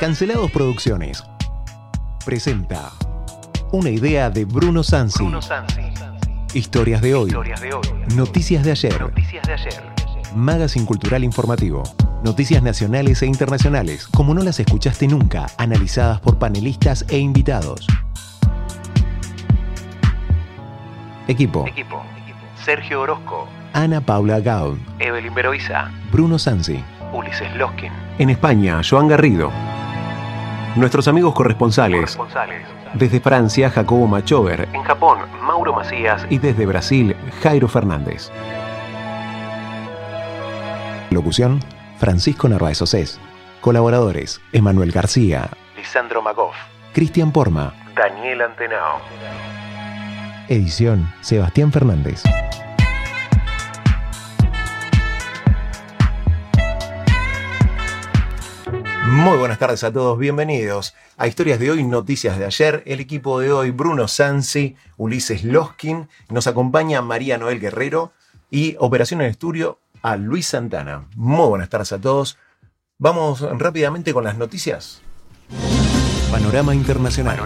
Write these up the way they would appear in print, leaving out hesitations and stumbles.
Cancelados Producciones presenta una idea de Bruno Sansi. Historias de hoy. Noticias de ayer. Magazine cultural informativo. Noticias nacionales e internacionales, como no las escuchaste nunca, analizadas por panelistas e invitados. Equipo. Sergio Orozco, Ana Paula Gaud, Evelyn Beroiza, Bruno Sansi. Ulises Loskin. En España, Joan Garrido. Nuestros amigos corresponsales. Desde Francia, Jacobo Machover. En Japón, Mauro Macías. Y desde Brasil, Jairo Fernández. Locución, Francisco Narváez Océs. Colaboradores, Emanuel García, Lisandro Magoff, Cristian Porma. Daniel Antenao. Edición, Sebastián Fernández. Muy buenas tardes a todos, bienvenidos a Historias de Hoy, Noticias de Ayer. El equipo de hoy, Bruno Sansi, Ulises Loskin, nos acompaña María Noel Guerrero y Operación en Estudio a Luis Santana. Muy buenas tardes a todos. Vamos rápidamente con las noticias. Panorama Internacional.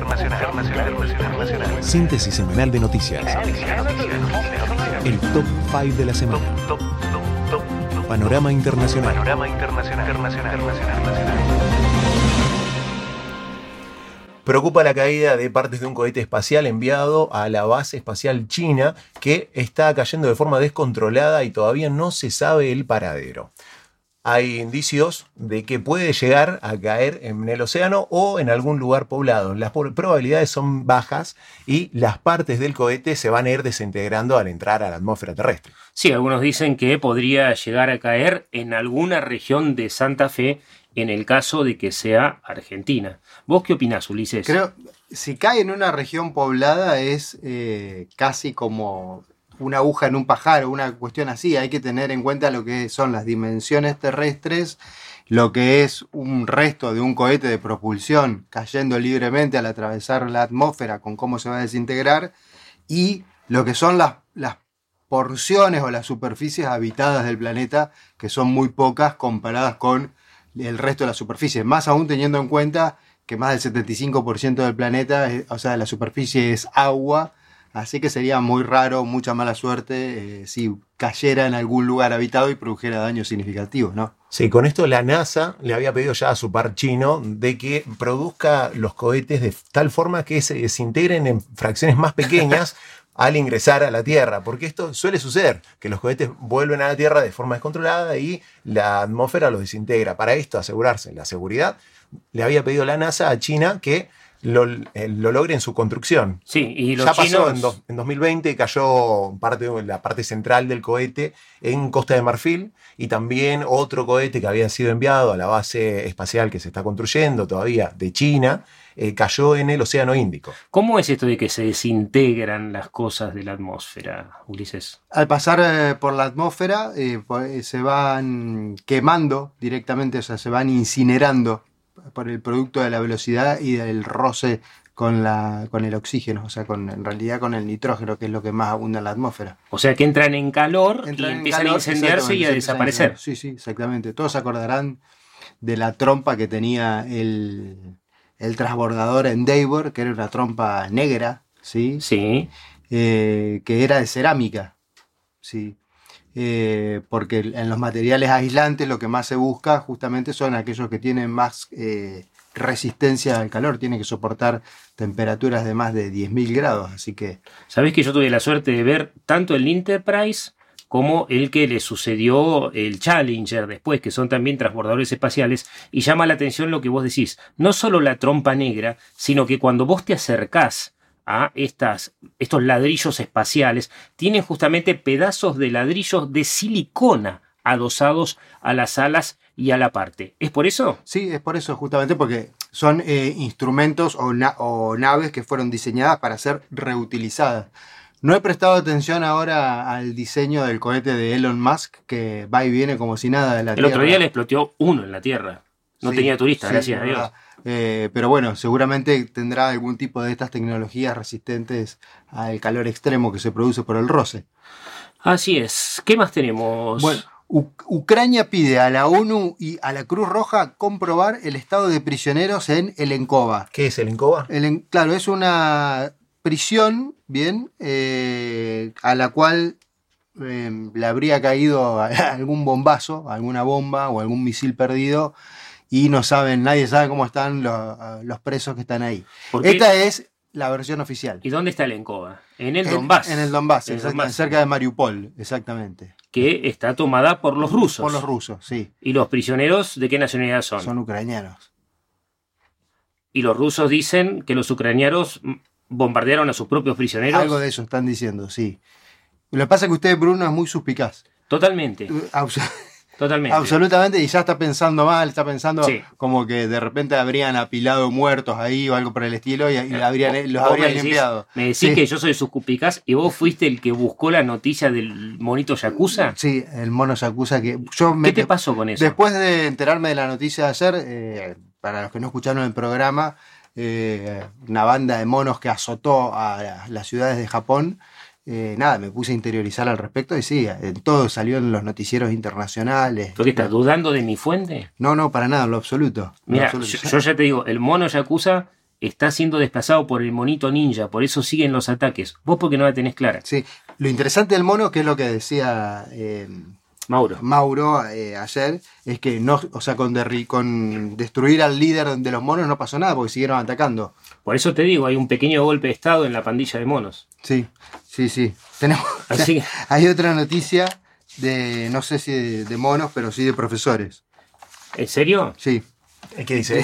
Síntesis semanal de noticias. El top 5 de la semana. Panorama Internacional. Preocupa la caída de partes de un cohete espacial enviado a la base espacial china, que está cayendo de forma descontrolada y todavía no se sabe el paradero. Hay indicios de que puede llegar a caer en el océano o en algún lugar poblado. Las probabilidades son bajas y las partes del cohete se van a ir desintegrando al entrar a la atmósfera terrestre. Sí, algunos dicen que podría llegar a caer en alguna región de Santa Fe en el caso de que sea Argentina. ¿Vos qué opinás, Ulises? Creo, si cae en una región poblada es casi como una aguja en un pajar, una cuestión así. Hay que tener en cuenta lo que son las dimensiones terrestres, lo que es un resto de un cohete de propulsión cayendo libremente al atravesar la atmósfera con cómo se va a desintegrar, y lo que son las porciones o las superficies habitadas del planeta, que son muy pocas comparadas con el resto de la superficie, más aún teniendo en cuenta que más del 75% del planeta, o sea, de la superficie es agua. Así que sería muy raro, mucha mala suerte si cayera en algún lugar habitado y produjera daños significativos, ¿no? Sí, con esto la NASA le había pedido ya a su par chino de que produzca los cohetes de tal forma que se desintegren en fracciones más pequeñas al ingresar a la Tierra, porque esto suele suceder, que los cohetes vuelven a la Tierra de forma descontrolada y la atmósfera los desintegra. Para esto, asegurarse la seguridad, le había pedido la NASA a China que lo logre en su construcción. Sí, y los ya pasó chinos... en 2020, cayó la parte central del cohete en Costa de Marfil, y también otro cohete que había sido enviado a la base espacial que se está construyendo todavía de China, cayó en el Océano Índico. ¿Cómo es esto de que se desintegran las cosas de la atmósfera, Ulises? Al pasar por la atmósfera se van quemando directamente, o sea, se van incinerando por el producto de la velocidad y del roce con el oxígeno, o sea, en realidad con el nitrógeno, que es lo que más abunda en la atmósfera. O sea, que entran en calor y empiezan a incendiarse y a desaparecer. Sí, exactamente. Todos se acordarán de la trompa que tenía el transbordador Endeavour, que era una trompa negra, ¿sí? Sí. Que era de cerámica, ¿sí? Porque en los materiales aislantes lo que más se busca justamente son aquellos que tienen más resistencia al calor, tienen que soportar temperaturas de más de 10.000 grados, así que... ¿Sabés que yo tuve la suerte de ver tanto el Enterprise como el que le sucedió el Challenger después, que son también transbordadores espaciales, y llama la atención lo que vos decís, no solo la trompa negra, sino que cuando vos te acercás a estos ladrillos espaciales, tienen justamente pedazos de ladrillos de silicona adosados a las alas y a la parte. ¿Es por eso? Sí, es por eso, justamente porque son instrumentos o naves que fueron diseñadas para ser reutilizadas. No he prestado atención ahora al diseño del cohete de Elon Musk, que va y viene como si nada de la Tierra. El otro día le explotó uno en la Tierra. No tenía turistas, gracias a Dios. Pero bueno, seguramente tendrá algún tipo de estas tecnologías resistentes al calor extremo que se produce por el roce. Así es. ¿Qué más tenemos? Ucrania pide a la ONU y a la Cruz Roja comprobar el estado de prisioneros en Elenkova. ¿Qué es el Incoba? Claro, es una prisión, bien, a la cual le habría caído algún bombazo, alguna bomba o algún misil perdido, y nadie sabe cómo están los presos que están ahí. Esta es la versión oficial. ¿Y dónde está el Elenkova? En el Donbass. En el Donbass, En el Donbass. cerca de Mariupol, exactamente. Que está tomada por los rusos. Por los rusos, sí. ¿Y los prisioneros de qué nacionalidad son? Son ucranianos. Y los rusos dicen que los ucranianos bombardearon a sus propios prisioneros. Algo de eso están diciendo, sí. Lo que pasa es que usted, Bruno, es muy suspicaz. Totalmente. Totalmente. Absolutamente, y ya está pensando mal, está pensando Sí. como que de repente habrían apilado muertos ahí o algo por el estilo y los habrían Vos limpiado. Me decís Sí. que yo soy sucupicaz y vos fuiste el que buscó la noticia del monito Yakuza. Sí, el mono Yakuza que ¿Qué te pasó con eso? Después de enterarme de la noticia de ayer, para los que no escucharon el programa, una banda de monos que azotó a las ciudades de Japón. Me puse a interiorizar al respecto y sí, todo salió en los noticieros internacionales. ¿Por qué estás dudando de mi fuente? No, para nada, en lo absoluto. Mira, yo ya te digo, el mono Yakuza está siendo desplazado por el monito ninja, por eso siguen los ataques. Vos porque no la tenés clara. Sí, lo interesante del mono, que es lo que decía Mauro ayer, es que no, o sea, con destruir al líder de los monos no pasó nada porque siguieron atacando. Por eso te digo, hay un pequeño golpe de estado en la pandilla de monos. Sí. Tenemos, Así que- hay otra noticia de, no sé si de monos, pero sí de profesores. ¿En serio? Sí. ¿Qué dice?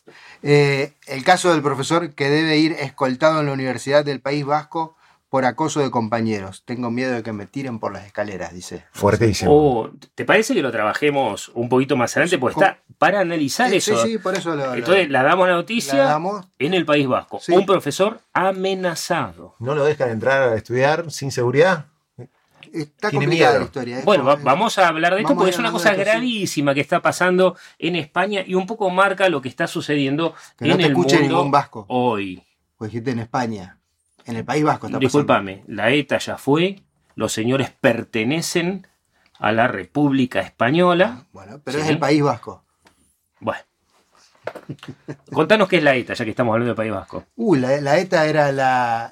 El caso del profesor que debe ir escoltado en la Universidad del País Vasco por acoso de compañeros. Tengo miedo de que me tiren por las escaleras, dice. Fuertísimo. Oh, ¿te parece que lo trabajemos un poquito más adelante? Porque está para analizar eso. Sí, por eso Entonces la damos la noticia la damos. en el País Vasco. Sí. Un profesor amenazado. ¿No lo dejan entrar a estudiar sin seguridad? Está Tiene complicada miedo. la historia. Bueno, vamos a hablar de esto Vamos porque a es una hablar cosa de esto, sí. gravísima que está pasando en España y un poco marca lo que está sucediendo Que no en te el escuche mundo ningún vasco. hoy. Pues dijiste en España. En el País Vasco está pasando. Discúlpame, la ETA ya fue, los señores pertenecen a la República Española. Bueno, pero Sí. es el País Vasco. Bueno. Contanos qué es la ETA, ya que estamos hablando del País Vasco. La ETA era la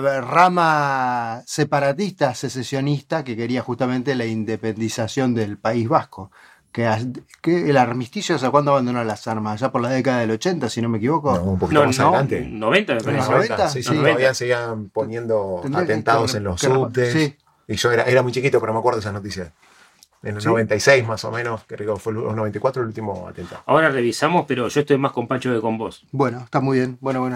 rama separatista, secesionista, que quería justamente la independización del País Vasco. Que el armisticio, ¿hasta cuándo abandonó las armas? Ya por la década del 80, si no me equivoco. No, un poquito más adelante. 90 me En los parece. 90. Sí, sí, Sí. todavía seguían poniendo Tendría que- atentados en los que- subtes. sí. Y yo era muy chiquito, pero me acuerdo de esas noticias. En el Sí. 96 más o menos, creo que fue los 94 el último atentado. Ahora revisamos, pero yo estoy más con Pancho que con vos. Bueno, está muy bien. Bueno,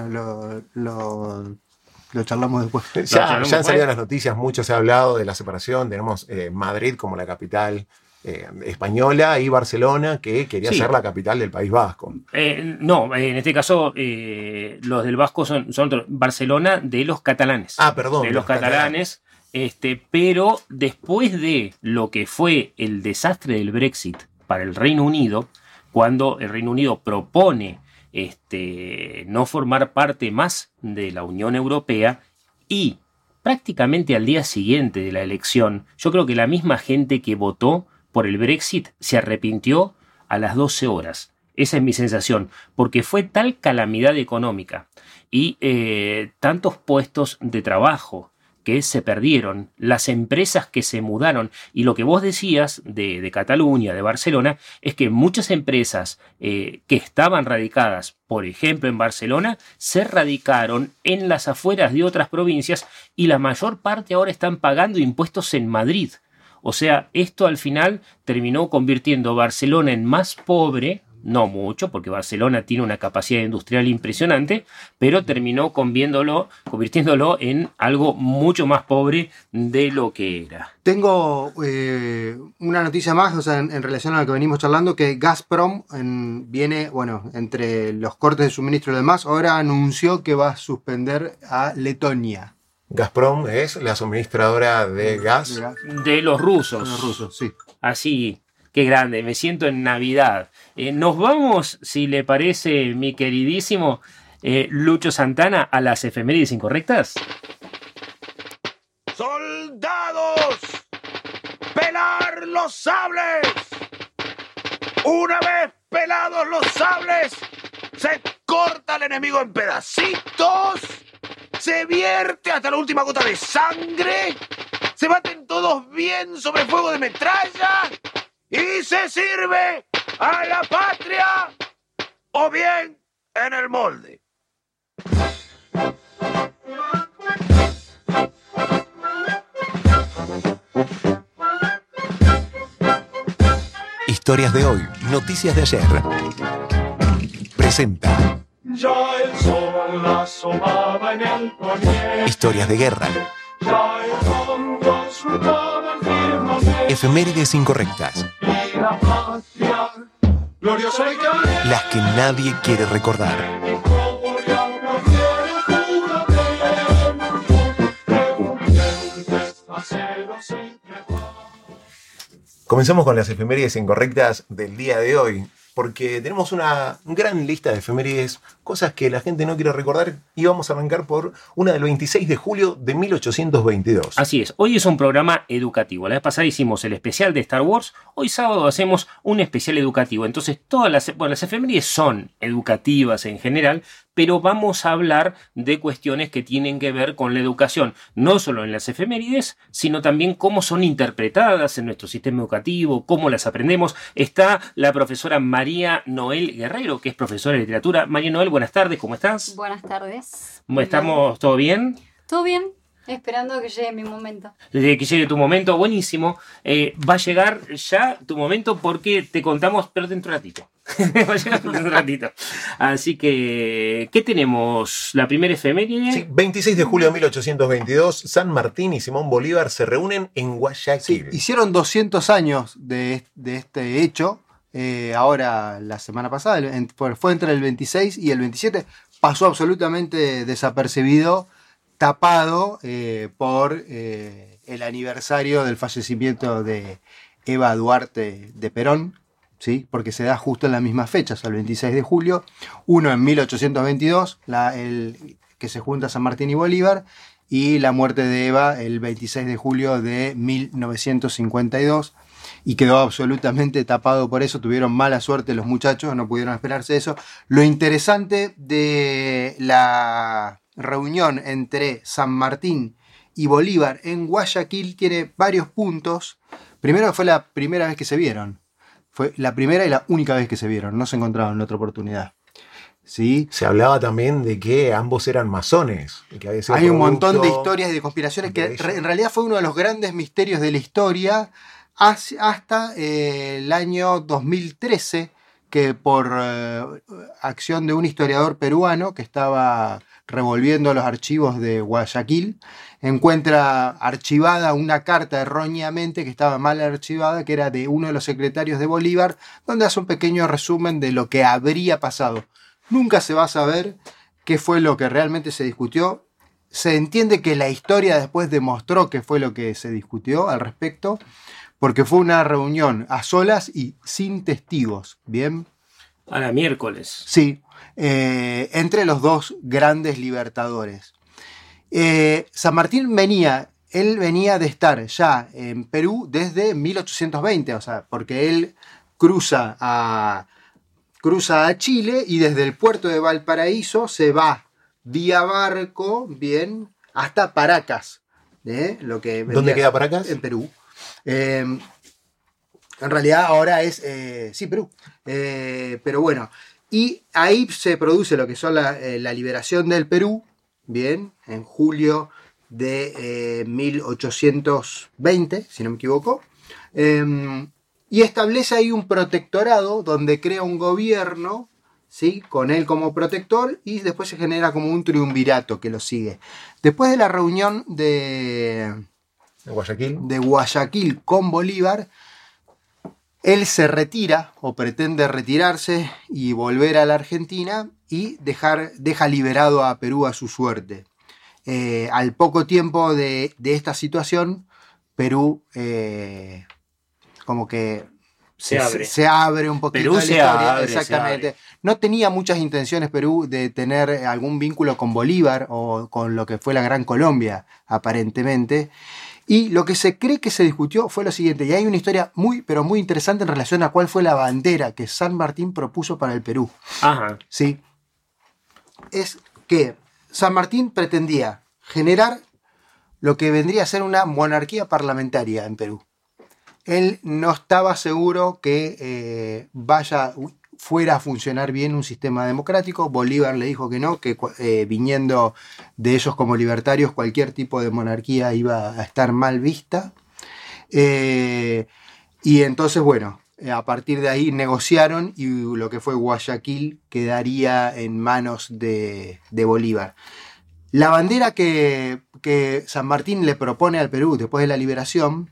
lo charlamos después. Ya no han me salido las noticias, mucho se ha hablado de la separación. Tenemos Madrid como la capital española y Barcelona, que quería Sí. ser la capital del País Vasco. No, en este caso los del Vasco son Barcelona de los catalanes. Ah, perdón. De los catalanes. Pero después de lo que fue el desastre del Brexit para el Reino Unido, cuando el Reino Unido propone no formar parte más de la Unión Europea y prácticamente al día siguiente de la elección, yo creo que la misma gente que votó por el Brexit se arrepintió a las 12 horas. Esa es mi sensación, porque fue tal calamidad económica y tantos puestos de trabajo que se perdieron, las empresas que se mudaron, y lo que vos decías de Cataluña, de Barcelona, es que muchas empresas que estaban radicadas, por ejemplo en Barcelona, se radicaron en las afueras de otras provincias y la mayor parte ahora están pagando impuestos en Madrid. O sea, esto al final terminó convirtiendo Barcelona en más pobre, no mucho, porque Barcelona tiene una capacidad industrial impresionante, pero terminó convirtiéndolo en algo mucho más pobre de lo que era. Tengo una noticia más, o sea, en relación a lo que venimos charlando, que Gazprom viene, bueno, entre los cortes de suministro y demás, ahora anunció que va a suspender a Letonia. Gazprom es la suministradora de gas. De los rusos. Los rusos, sí. Así, qué grande, me siento en Navidad. Nos vamos, si le parece, mi queridísimo Lucho Santana, a las efemérides incorrectas. ¡Soldados! pelar los sables. Una vez pelados los sables, se corta al enemigo en pedacitos, se vierte hasta la última gota de sangre, se baten todos bien sobre fuego de metralla y se sirve a la patria o bien en el molde. Historias de hoy, noticias de ayer. Presenta Ya el sol asomaba en el poniente, Historias de guerra, ya el fondo surcaba el firmamento, efemérides incorrectas, y la patria gloriosa y caliente, las que nadie quiere recordar. como ya no quiere juramento, refundiente acero sin tregua. Comenzamos con las efemérides incorrectas del día de hoy, porque tenemos una gran lista de efemérides, cosas que la gente no quiere recordar, y vamos a arrancar por una del 26 de julio de 1822. Así es, hoy es un programa educativo. La vez pasada hicimos el especial de Star Wars, hoy sábado hacemos un especial educativo. Entonces las efemérides son educativas en general, pero vamos a hablar de cuestiones que tienen que ver con la educación, no solo en las efemérides, sino también cómo son interpretadas en nuestro sistema educativo, cómo las aprendemos. Está la profesora María Noel Guerrero, que es profesora de literatura. María Noel, buenas tardes, ¿cómo estás? Buenas tardes. ¿Estamos todo bien? ¿Todo bien? Esperando que llegue mi momento. Desde que llegue tu momento, buenísimo. Va a llegar ya tu momento porque te contamos, pero dentro de un ratito. Va a llegar dentro de un ratito. Así que, ¿qué tenemos? La primera efeméride. Sí, 26 de julio de 1822, San Martín y Simón Bolívar se reúnen en Guayaquil. Sí, hicieron 200 años de este hecho. Ahora, la semana pasada, fue entre el 26 y el 27, pasó absolutamente desapercibido, tapado por el aniversario del fallecimiento de Eva Duarte de Perón, ¿sí? Porque se da justo en las mismas fechas, el 26 de julio, uno en 1822, que se junta San Martín y Bolívar, y la muerte de Eva el 26 de julio de 1952, y quedó absolutamente tapado por eso. Tuvieron mala suerte los muchachos, no pudieron esperarse eso. Lo interesante de la reunión entre San Martín y Bolívar en Guayaquil tiene varios puntos. Primero, fue la primera vez que se vieron. Fue la primera y la única vez que se vieron. No se encontraron en otra oportunidad. ¿Sí? Se hablaba también de que ambos eran masones. Y que había sido Hay un montón de producto historias y de conspiraciones que de ello. en realidad fue uno de los grandes misterios de la historia hasta el año 2013, que por acción de un historiador peruano que estaba revolviendo los archivos de Guayaquil, encuentra archivada una carta erróneamente que estaba mal archivada, que era de uno de los secretarios de Bolívar, donde hace un pequeño resumen de lo que habría pasado. Nunca se va a saber qué fue lo que realmente se discutió. Se entiende que la historia después demostró qué fue lo que se discutió al respecto, porque fue una reunión a solas y sin testigos, ¿bien? A la miércoles. Sí, entre los dos grandes libertadores. San Martín venía de estar ya en Perú desde 1820, o sea, porque él cruza a Chile y desde el puerto de Valparaíso se va vía barco, bien, hasta Paracas. ¿Dónde queda Paracas? En Perú. En realidad ahora es, sí, Perú. Pero bueno, y ahí se produce lo que son la liberación del Perú, bien, en julio de 1820, si no me equivoco. Y establece ahí un protectorado donde crea un gobierno, ¿sí? Con él como protector, y después se genera como un triunvirato que lo sigue. Después de la reunión de Guayaquil con Bolívar, él se retira o pretende retirarse y volver a la Argentina y deja liberado a Perú a su suerte. Al poco tiempo de esta situación, Perú como que se abre un poquito. Perú la se historia, abre, exactamente. se abre. No tenía muchas intenciones Perú de tener algún vínculo con Bolívar o con lo que fue la Gran Colombia, aparentemente. Y lo que se cree que se discutió fue lo siguiente, y hay una historia muy, pero muy interesante en relación a cuál fue la bandera que San Martín propuso para el Perú. Ajá. ¿Sí? Es que San Martín pretendía generar lo que vendría a ser una monarquía parlamentaria en Perú. Él no estaba seguro que fuera a funcionar bien un sistema democrático. Bolívar le dijo que no, que viniendo de ellos como libertarios cualquier tipo de monarquía iba a estar mal vista. Y entonces, bueno, a partir de ahí negociaron y lo que fue Guayaquil quedaría en manos de Bolívar. La bandera que San Martín le propone al Perú después de la liberación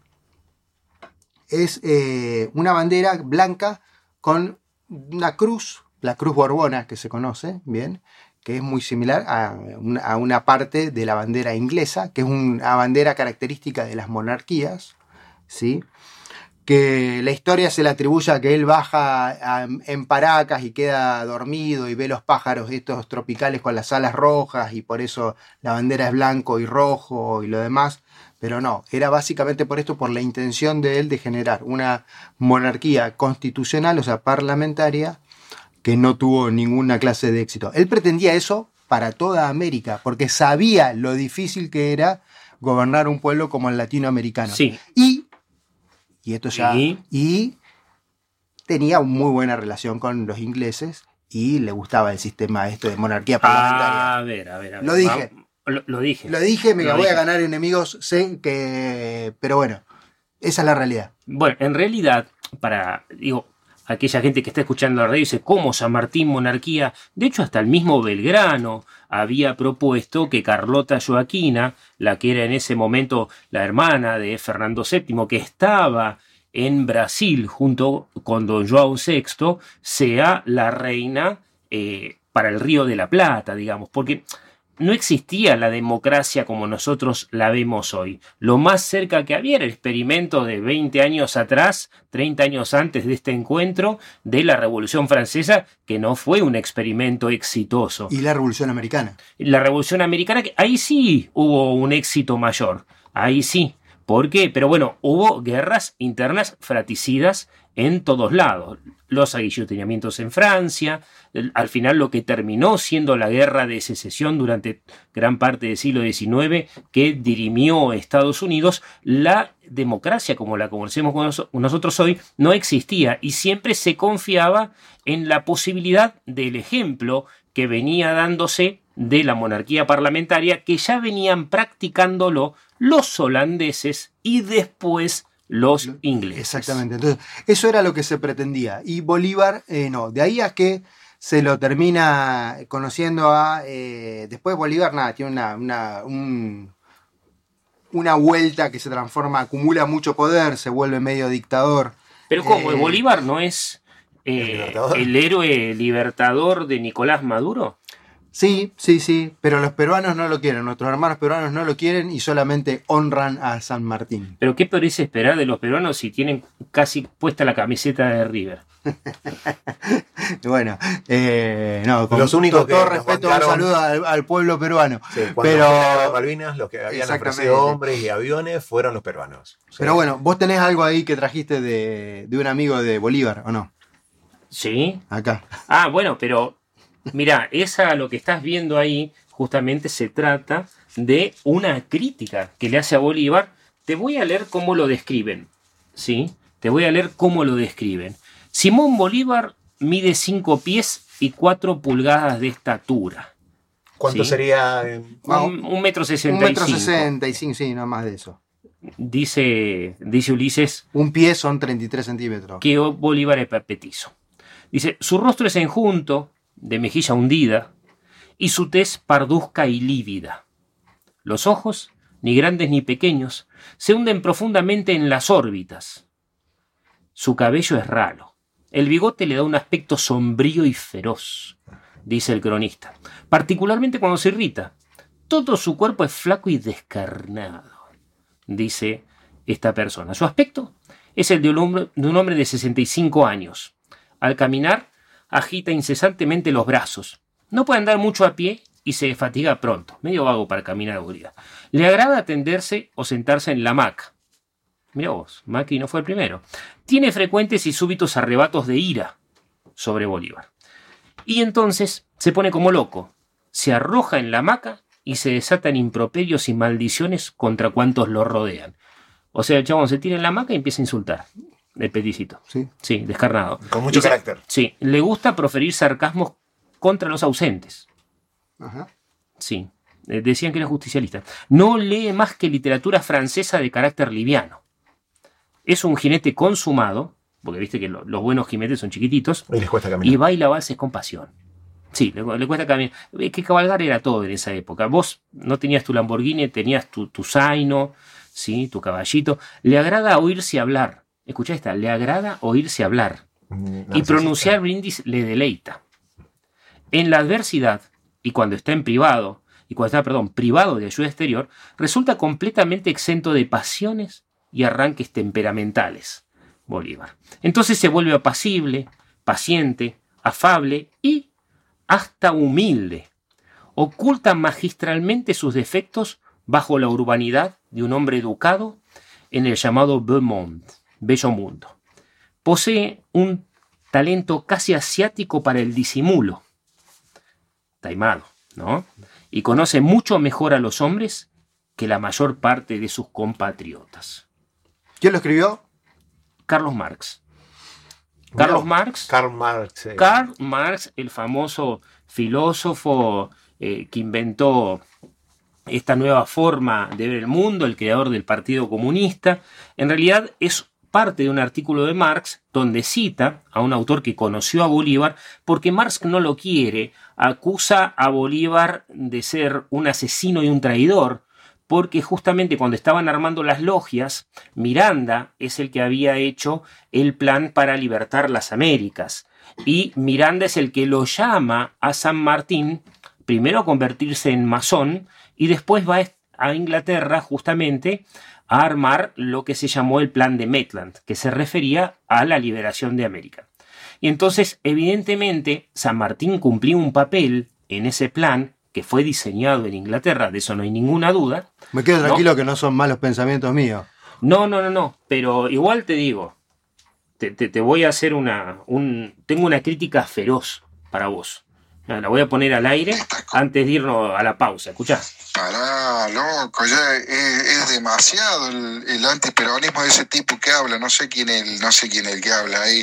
es una bandera blanca con una cruz, la cruz borbona que se conoce bien, que es muy similar a una parte de la bandera inglesa, que es una bandera característica de las monarquías, ¿sí? Que la historia se le atribuye a que él baja en Paracas y queda dormido y ve los pájaros estos tropicales con las alas rojas y por eso la bandera es blanco y rojo y lo demás, pero no, era básicamente por esto, por la intención de él de generar una monarquía constitucional, o sea, parlamentaria, que no tuvo ninguna clase de éxito. Él pretendía eso para toda América, porque sabía lo difícil que era gobernar un pueblo como el latinoamericano. Sí. Y esto ya... ¿Y? Y tenía una muy buena relación con los ingleses y le gustaba el sistema de monarquía parlamentaria. A ver. Lo dije. Lo dije. Lo dije, me Lo voy a dije. ganar enemigos, sé que... Pero bueno, esa es la realidad. Bueno, en realidad, aquella gente que está escuchando la radio dice, ¿cómo San Martín monarquía? De hecho, hasta el mismo Belgrano había propuesto que Carlota Joaquina, la que era en ese momento la hermana de Fernando VII, que estaba en Brasil junto con don João VI, sea la reina para el Río de la Plata, digamos, porque no existía la democracia como nosotros la vemos hoy. Lo más cerca que había era el experimento de 20 años atrás, 30 años antes de este encuentro, de la Revolución Francesa, que no fue un experimento exitoso. Y la Revolución Americana. La Revolución Americana, que ahí sí hubo un éxito mayor, ahí sí. ¿Por qué? Pero bueno, hubo guerras internas fratricidas en todos lados. Los aguillotinamientos en Francia, al final lo que terminó siendo la guerra de secesión durante gran parte del siglo XIX, que dirimió Estados Unidos, la democracia como la conocemos nosotros hoy no existía y siempre se confiaba en la posibilidad del ejemplo que venía dándose de la monarquía parlamentaria, que ya venían practicándolo los holandeses y después los ingleses. Exactamente, entonces eso era lo que se pretendía y Bolívar no, de ahí a que se lo termina conociendo después Bolívar tiene una vuelta que se transforma, acumula mucho poder, se vuelve medio dictador. Pero ¿cómo? ¿Bolívar no es el héroe libertador de Nicolás Maduro? Sí, pero los peruanos no lo quieren, nuestros hermanos peruanos no lo quieren y solamente honran a San Martín. ¿Pero qué podés esperar de los peruanos si tienen casi puesta la camiseta de River? Bueno, no, con los únicos que todo nos respeto, bancaron, un saludo al pueblo peruano. Sí, cuando pero fue la guerra de Malvinas, los que habían Exactamente. ofrecido hombres y aviones fueron los peruanos. Sí. Pero bueno, vos tenés algo ahí que trajiste de un amigo de Bolívar, ¿o no? ¿Sí? Acá. Ah, bueno, pero mirá, lo que estás viendo ahí justamente se trata de una crítica que le hace a Bolívar. Te voy a leer cómo lo describen, ¿sí? Te voy a leer cómo lo describen. Simón Bolívar mide 5 pies y 4 pulgadas de estatura. ¿Cuánto ¿Sí? sería? Un metro 65. 1,65 m, sí, no más de eso. Dice Ulises Un pie son 33 centímetros. que Bolívar es petizo. Dice, su rostro es enjunto, de mejilla hundida, y su tez parduzca y lívida. Los ojos, ni grandes ni pequeños, se hunden profundamente en las órbitas. Su cabello es ralo. El bigote le da un aspecto sombrío y feroz, dice el cronista, particularmente cuando se irrita. Todo su cuerpo es flaco y descarnado, dice esta persona. Su aspecto es el de un hombre de 65 años. Al caminar, agita incesantemente los brazos. No puede andar mucho a pie y se fatiga pronto, medio vago para caminar aburrida. Le agrada tenderse o sentarse en la hamaca. Mirá vos, Macri no fue el primero. Tiene frecuentes y súbitos arrebatos de ira sobre Bolívar. Y entonces se pone como loco, se arroja en la hamaca y se desatan improperios y maldiciones contra cuantos lo rodean. O sea, el chabón se tira en la hamaca y empieza a insultar. El peticito. Sí. Descarnado. Con mucho carácter. Sí, le gusta proferir sarcasmos contra los ausentes. Ajá. Sí, decían que era justicialista. No lee más que literatura francesa de carácter liviano. Es un jinete consumado, porque viste que los buenos jinetes son chiquititos, Y les cuesta caminar. y baila valses con pasión. Sí, le cuesta caminar. Es que cabalgar era todo en esa época. Vos no tenías tu Lamborghini, tenías tu zaino, ¿sí? Tu caballito. Le agrada oírse hablar. Escuchá esta, le agrada oírse hablar. Y pronunciar brindis le deleita. En la adversidad, y cuando está en privado, privado de ayuda exterior, resulta completamente exento de pasiones y arranques temperamentales, Bolívar. Entonces se vuelve apacible, paciente, afable y hasta humilde. Oculta magistralmente sus defectos bajo la urbanidad de un hombre educado en el llamado Beau Monde, bello mundo. Posee un talento casi asiático para el disimulo. Taimado, ¿no? Y conoce mucho mejor a los hombres que la mayor parte de sus compatriotas. ¿Quién lo escribió? Carlos Marx. Karl Marx. Karl Marx, el famoso filósofo que inventó esta nueva forma de ver el mundo, el creador del Partido Comunista, en realidad es parte de un artículo de Marx donde cita a un autor que conoció a Bolívar porque Marx no lo quiere, acusa a Bolívar de ser un asesino y un traidor, porque justamente cuando estaban armando las logias, Miranda es el que había hecho el plan para libertar las Américas. Y Miranda es el que lo llama a San Martín, primero a convertirse en masón, y después va a Inglaterra justamente a armar lo que se llamó el Plan de Maitland, que se refería a la liberación de América. Y entonces, evidentemente, San Martín cumplió un papel en ese plan que fue diseñado en Inglaterra, de eso no hay ninguna duda. Me quedo tranquilo que no son malos pensamientos míos. No, pero igual te digo, te voy a hacer tengo una crítica feroz para vos. La voy a poner al aire antes de irnos a la pausa, escuchá. Pará, loco, ya es demasiado el antiperonismo de ese tipo que habla, no sé quién es el que habla ahí,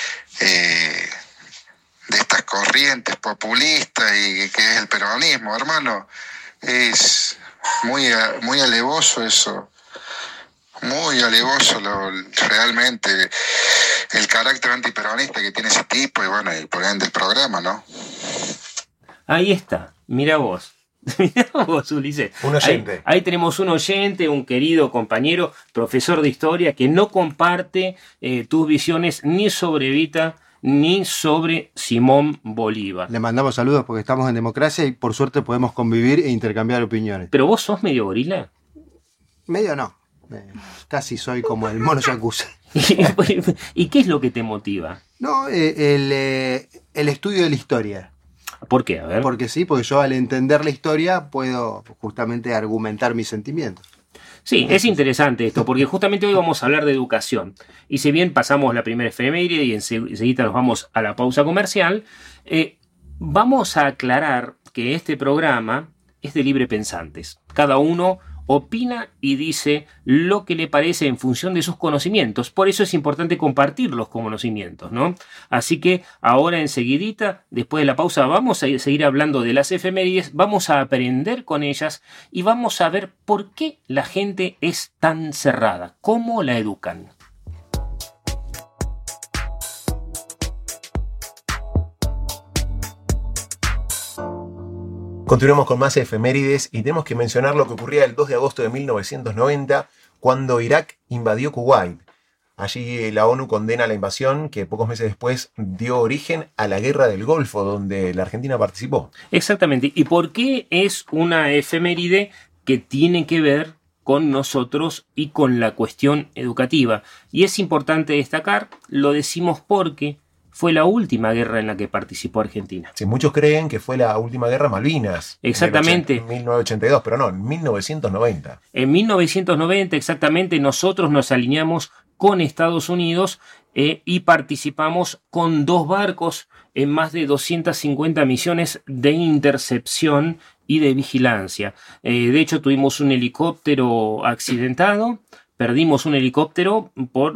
de estas corrientes populistas y que es el peronismo, hermano. Es muy alevoso eso, muy alevoso realmente el carácter antiperonista que tiene ese tipo y bueno, y por ende el programa, ¿no? Ahí está, mira vos. Mirá vos, Ulises. Un oyente. Ahí tenemos un oyente, un querido compañero, profesor de historia, que no comparte tus visiones ni sobre Evita ni sobre Simón Bolívar. Le mandamos saludos porque estamos en democracia y por suerte podemos convivir e intercambiar opiniones. ¿Pero vos sos medio gorila? Medio no. Casi soy como el mono Yakuza. ¿Y qué es lo que te motiva? No, el estudio de la historia. ¿Por qué? A ver. Porque yo al entender la historia puedo justamente argumentar mis sentimientos. Sí, es interesante esto, porque justamente hoy vamos a hablar de educación. Y si bien pasamos la primera efeméride y enseguida nos vamos a la pausa comercial, vamos a aclarar que este programa es de libre pensantes. Cada uno opina y dice lo que le parece en función de sus conocimientos. Por eso es importante compartir los conocimientos, ¿no? Así que ahora enseguidita, después de la pausa, vamos a seguir hablando de las efemérides, vamos a aprender con ellas y vamos a ver por qué la gente es tan cerrada, cómo la educan. Continuamos con más efemérides y tenemos que mencionar lo que ocurría el 2 de agosto de 1990 cuando Irak invadió Kuwait. Allí la ONU condena la invasión que pocos meses después dio origen a la Guerra del Golfo, donde la Argentina participó. Exactamente. ¿Y por qué es una efeméride que tiene que ver con nosotros y con la cuestión educativa? Y es importante destacar, lo decimos porque fue la última guerra en la que participó Argentina. Sí, muchos creen que fue la última guerra Malvinas. Exactamente. En 1982, pero no, en 1990. En 1990 exactamente nosotros nos alineamos con Estados Unidos y participamos con 2 barcos en más de 250 misiones de intercepción y de vigilancia. De hecho, tuvimos un helicóptero accidentado, perdimos un helicóptero por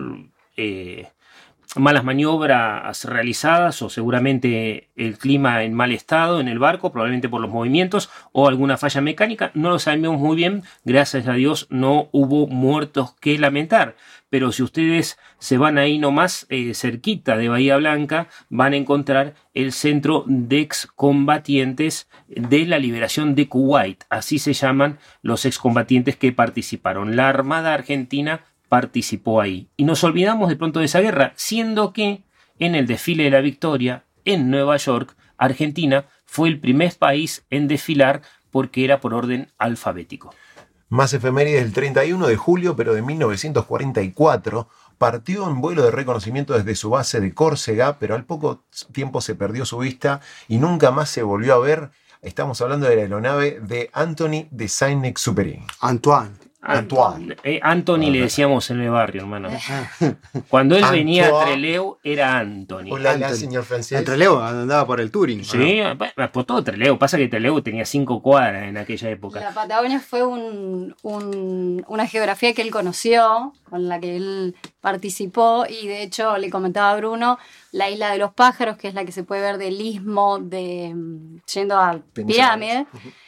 malas maniobras realizadas o seguramente el clima en mal estado en el barco, probablemente por los movimientos o alguna falla mecánica, no lo sabemos muy bien, gracias a Dios no hubo muertos que lamentar, pero si ustedes se van ahí nomás cerquita de Bahía Blanca van a encontrar el centro de excombatientes de la liberación de Kuwait, así se llaman los excombatientes que participaron. La Armada Argentina participó ahí. Y nos olvidamos de pronto de esa guerra, siendo que en el desfile de la victoria en Nueva York, Argentina fue el primer país en desfilar porque era por orden alfabético. Más efemérides del 31 de julio, pero de 1944, partió en vuelo de reconocimiento desde su base de Córcega, pero al poco tiempo se perdió su vista y nunca más se volvió a ver. Estamos hablando de la aeronave de Anthony de Saint-Exupéry. Antoine. Anthony le decíamos en el barrio, hermano. Cuando él venía a Trelew era Anthony. Hola, señor francés. En Trelew andaba por el Touring. Sí, por todo Trelew. Pasa que Trelew tenía 5 cuadras en aquella época. La Patagonia fue una geografía que él conoció, con la que él participó, y de hecho le comentaba a Bruno, la isla de los pájaros, que es la que se puede ver del istmo yendo a Pirámide.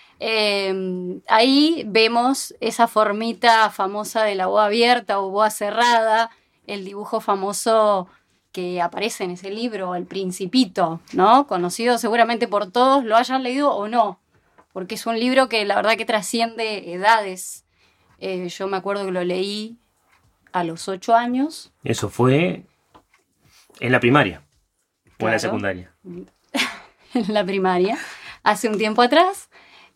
Ahí vemos esa formita famosa de la boa abierta o boa cerrada, el dibujo famoso que aparece en ese libro, El Principito, ¿no? Conocido seguramente por todos, lo hayan leído o no, porque es un libro que la verdad que trasciende edades. Yo me acuerdo que lo leí a los 8 años. Eso fue en la primaria o en la Claro. secundaria. En la primaria, hace un tiempo atrás.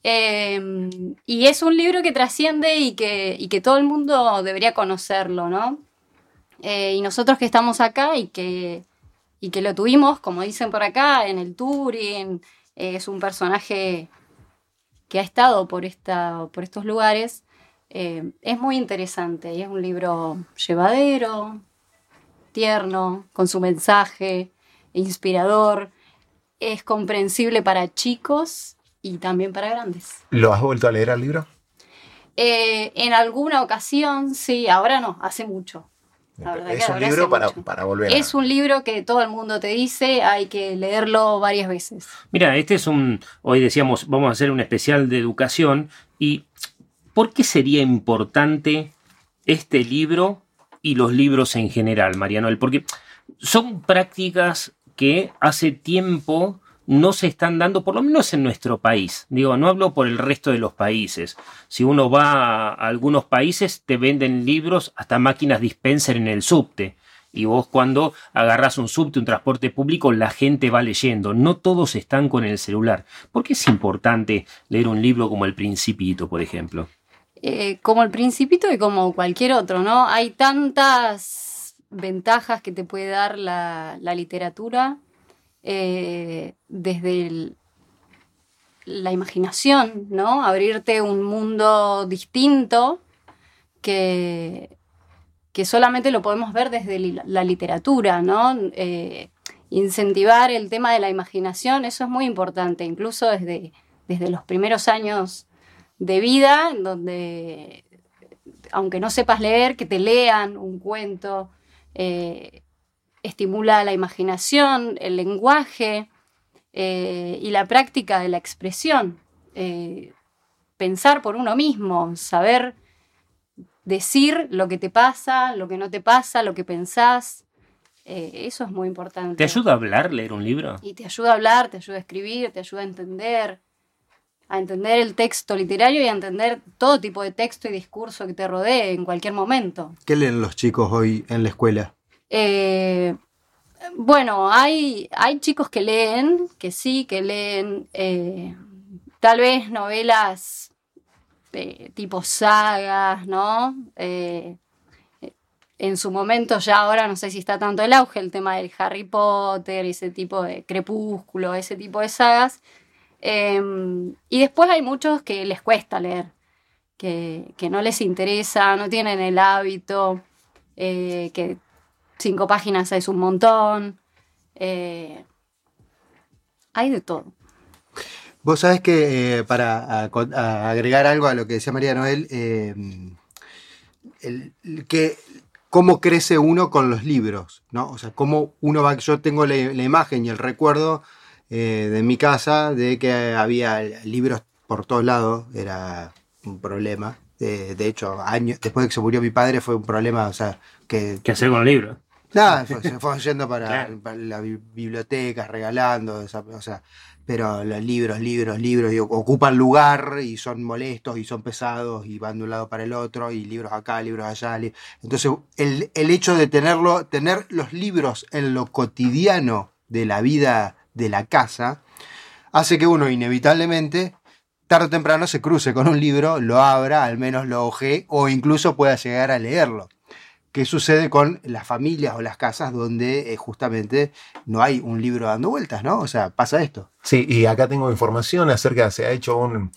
Y es un libro que trasciende y que todo el mundo debería conocerlo, ¿no? Y nosotros que estamos acá y que lo tuvimos, como dicen por acá, en el Touring, es un personaje que ha estado por estos lugares, es muy interesante y es un libro llevadero, tierno, con su mensaje, inspirador, es comprensible para chicos y también para grandes. ¿Lo has vuelto a leer al libro? En alguna ocasión, sí, ahora no, hace mucho. La verdad Es que un ahora libro hace mucho. para volver Es un libro que todo el mundo te dice, hay que leerlo varias veces. Mira, hoy decíamos, vamos a hacer un especial de educación. ¿Y por qué sería importante este libro y los libros en general, Mariano? Porque son prácticas que hace tiempo no se están dando, por lo menos en nuestro país. Digo, no hablo por el resto de los países. Si uno va a algunos países, te venden libros, hasta máquinas dispenser en el subte. Y vos cuando agarrás un subte, un transporte público, la gente va leyendo. No todos están con el celular. ¿Por qué es importante leer un libro como El Principito, por ejemplo? Como El Principito y como cualquier otro, ¿no? Hay tantas ventajas que te puede dar la literatura, desde la imaginación, ¿no? Abrirte un mundo distinto que solamente lo podemos ver desde la literatura, ¿no? Incentivar el tema de la imaginación, eso es muy importante, incluso desde los primeros años de vida, en donde, aunque no sepas leer, que te lean un cuento, estimula la imaginación, el lenguaje y la práctica de la expresión. Pensar por uno mismo, saber decir lo que te pasa, lo que no te pasa, lo que pensás. Eso es muy importante. ¿Te ayuda a hablar leer un libro? Y te ayuda a hablar, te ayuda a escribir, te ayuda a entender el texto literario y a entender todo tipo de texto y discurso que te rodee en cualquier momento. ¿Qué leen los chicos hoy en la escuela? Bueno, hay chicos que leen, que leen tal vez novelas tipo sagas, ¿no? en su momento, ya ahora no sé si está tanto el auge, el tema del Harry Potter, ese tipo de Crepúsculo, ese tipo de sagas. Y después hay muchos que les cuesta leer, que no les interesa, no tienen el hábito, que 5 páginas es un montón. Hay de todo. Vos sabés que para agregar algo a lo que decía María Noel, cómo crece uno con los libros, ¿no? O sea, cómo uno va. Yo tengo la imagen y el recuerdo de mi casa de que había libros por todos lados, era un problema. De hecho, años después de que se murió mi padre fue un problema, o sea, que... ¿Qué hacer con los libros? Nada, se fue yendo para, Claro. para la biblioteca, regalando, o sea, pero los libros y ocupan lugar y son molestos y son pesados y van de un lado para el otro y libros acá, libros allá. Entonces, el hecho de tener los libros en lo cotidiano de la vida de la casa hace que uno inevitablemente, tarde o temprano, se cruce con un libro, lo abra, al menos lo ojee o incluso pueda llegar a leerlo. ¿Qué sucede con las familias o las casas donde justamente no hay un libro dando vueltas, ¿no? O sea, pasa esto. Sí, y acá tengo información acerca, se ha hecho un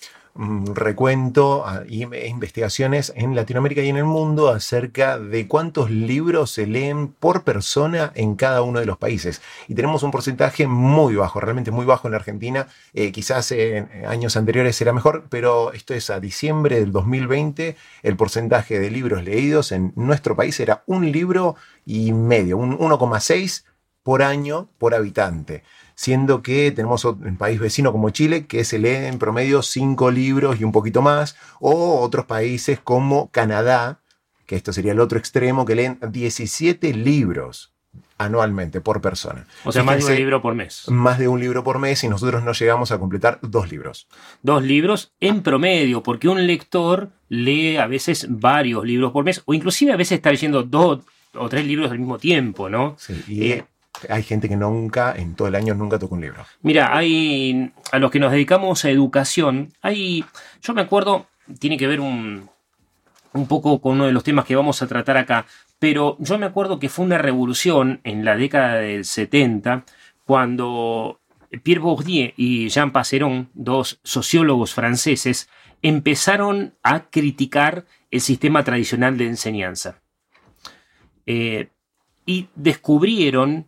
recuento y investigaciones en Latinoamérica y en el mundo acerca de cuántos libros se leen por persona en cada uno de los países. Y tenemos un porcentaje muy bajo, realmente muy bajo en la Argentina. Quizás en años anteriores era mejor, pero esto es a diciembre del 2020. El porcentaje de libros leídos en nuestro país era 1,5 libros, un 1,6 por año por habitante. Siendo que tenemos un país vecino como Chile que se lee en promedio 5 libros y un poquito más, o otros países como Canadá, que esto sería el otro extremo, que leen 17 libros anualmente por persona. O sea, más de Fíjense, un libro por mes. más de un libro por mes y nosotros no llegamos a completar 2 libros. 2 libros en promedio, porque un lector lee a veces varios libros por mes, o inclusive a veces está leyendo 2 o 3 libros al mismo tiempo, ¿no? Sí, y hay gente que nunca, en todo el año, nunca toca un libro. Mira, a los que nos dedicamos a educación, yo me acuerdo, tiene que ver un poco con uno de los temas que vamos a tratar acá, pero yo me acuerdo que fue una revolución en la década del 70, cuando Pierre Bourdieu y Jean Passeron, 2 sociólogos franceses, empezaron a criticar el sistema tradicional de enseñanza. Y descubrieron,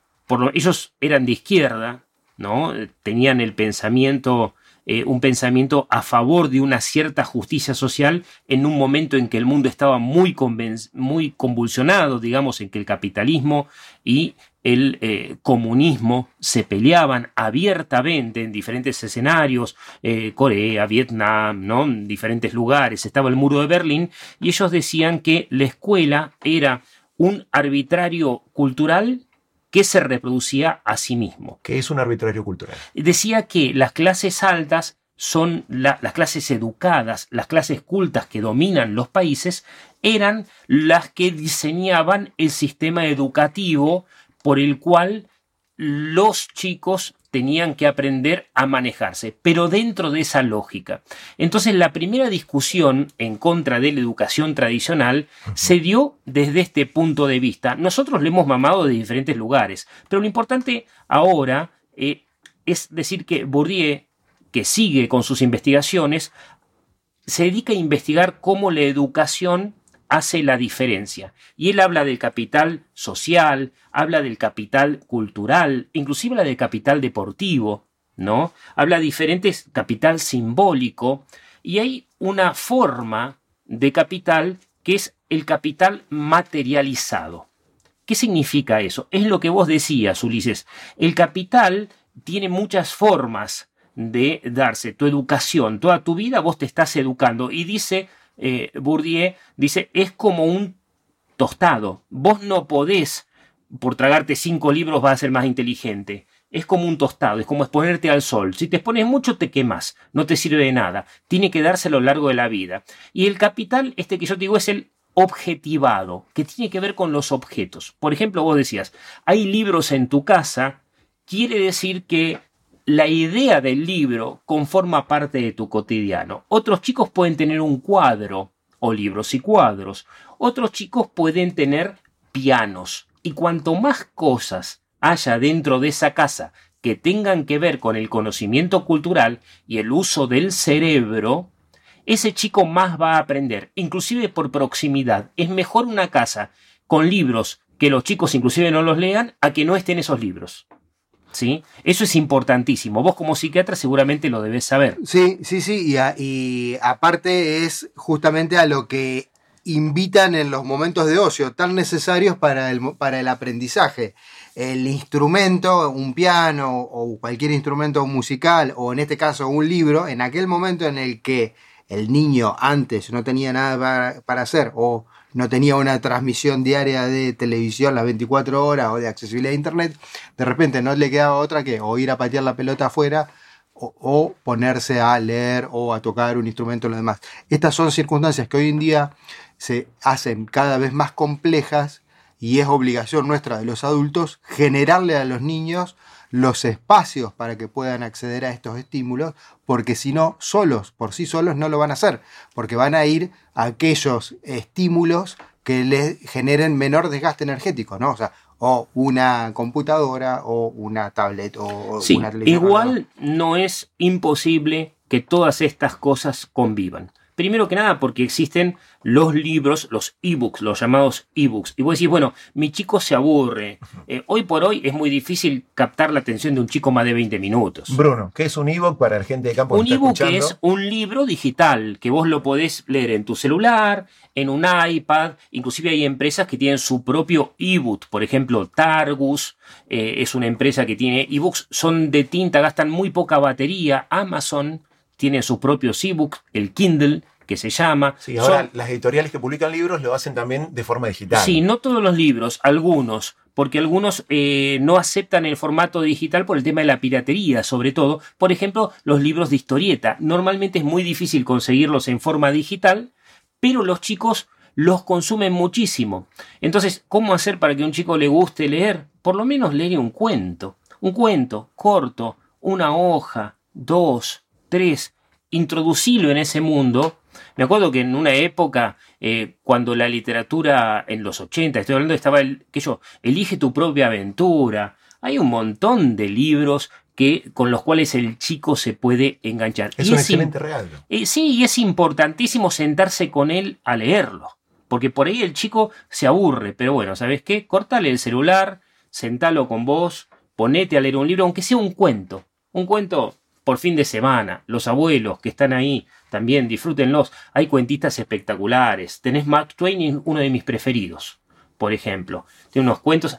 ellos eran de izquierda, ¿no? Tenían el pensamiento, un pensamiento a favor de una cierta justicia social en un momento en que el mundo estaba muy convulsionado, digamos, en que el capitalismo y el comunismo se peleaban abiertamente en diferentes escenarios, Corea, Vietnam, ¿no? En diferentes lugares, estaba el muro de Berlín, y ellos decían que la escuela era un arbitrario cultural que se reproducía a sí mismo. ¿Qué es un arbitrario cultural? Decía que las clases altas son las clases educadas, las clases cultas que dominan los países, eran las que diseñaban el sistema educativo por el cual los chicos tenían que aprender a manejarse, pero dentro de esa lógica. Entonces, la primera discusión en contra de la educación tradicional se dio desde este punto de vista. Nosotros le hemos mamado de diferentes lugares, pero lo importante ahora es decir que Bourdieu, que sigue con sus investigaciones, se dedica a investigar cómo la educación hace la diferencia. Y él habla del capital social, habla del capital cultural, inclusive habla del capital deportivo, ¿no? Habla de diferentes capital simbólico, y hay una forma de capital que es el capital materializado. ¿Qué significa eso? Es lo que vos decías, Ulises. El capital tiene muchas formas de darse. Tu educación, toda tu vida vos te estás educando, y dice Bourdieu, dice, es como un tostado. Vos no podés, por tragarte 5 libros vas a ser más inteligente. Es como un tostado, es como exponerte al sol. Si te expones mucho te quemas, no te sirve de nada. Tiene que darse a lo largo de la vida. Y el capital, que yo te digo, es el objetivado, que tiene que ver con los objetos. Por ejemplo, vos decías, hay libros en tu casa, quiere decir que la idea del libro conforma parte de tu cotidiano. Otros chicos pueden tener un cuadro o libros y cuadros. Otros chicos pueden tener pianos. Y cuanto más cosas haya dentro de esa casa que tengan que ver con el conocimiento cultural y el uso del cerebro, ese chico más va a aprender, inclusive por proximidad. Es mejor una casa con libros que los chicos inclusive no los lean a que no estén esos libros. ¿Sí? Eso es importantísimo. Vos como psiquiatra seguramente lo debés saber. Sí. Y aparte es justamente a lo que invitan en los momentos de ocio tan necesarios para el aprendizaje. El instrumento, un piano o cualquier instrumento musical, o en este caso un libro, en aquel momento en el que el niño antes no tenía nada para hacer o no tenía una transmisión diaria de televisión las 24 horas o de accesibilidad a internet, de repente no le quedaba otra que o ir a patear la pelota afuera o ponerse a leer o a tocar un instrumento o lo demás. Estas son circunstancias que hoy en día se hacen cada vez más complejas y es obligación nuestra de los adultos generarle a los niños los espacios para que puedan acceder a estos estímulos, porque si no, por sí solos no lo van a hacer, porque van a ir a aquellos estímulos que les generen menor desgaste energético, ¿no? O sea, o una computadora o una tablet o sí, una televisión. Igual no es imposible que todas estas cosas convivan. Primero que nada porque existen los libros, los ebooks, los llamados ebooks. Y vos decís, bueno, mi chico se aburre. Hoy por hoy es muy difícil captar la atención de un chico más de 20 minutos. Bruno, ¿qué es un ebook para la gente de campo? Un ebook es un libro digital que vos lo podés leer en tu celular, en un iPad. Inclusive hay empresas que tienen su propio ebook. Por ejemplo, Targus es una empresa que tiene ebooks. Son de tinta, gastan muy poca batería. Amazon tiene sus propios ebooks, el Kindle, que se llama. Sí, ahora las editoriales que publican libros lo hacen también de forma digital. Sí, no todos los libros, algunos, porque algunos no aceptan el formato digital por el tema de la piratería, sobre todo. Por ejemplo, los libros de historieta. Normalmente es muy difícil conseguirlos en forma digital, pero los chicos los consumen muchísimo. Entonces, ¿cómo hacer para que a un chico le guste leer? Por lo menos leer un cuento corto, una hoja, 2, 3, introducirlo en ese mundo. Me acuerdo que en una época, cuando la literatura en los 80, estoy hablando, estaba Elige tu propia aventura. Hay un montón de libros con los cuales el chico se puede enganchar. Es un excelente regalo. Sí, y es importantísimo sentarse con él a leerlo. Porque por ahí el chico se aburre. Pero bueno, ¿sabes qué? Córtale el celular, sentalo con vos, ponete a leer un libro, aunque sea un cuento. Un cuento por fin de semana. Los abuelos que están ahí también disfrútenlos. Hay cuentistas espectaculares. Tenés Mark Twain, uno de mis preferidos, por ejemplo. Tiene unos cuentos,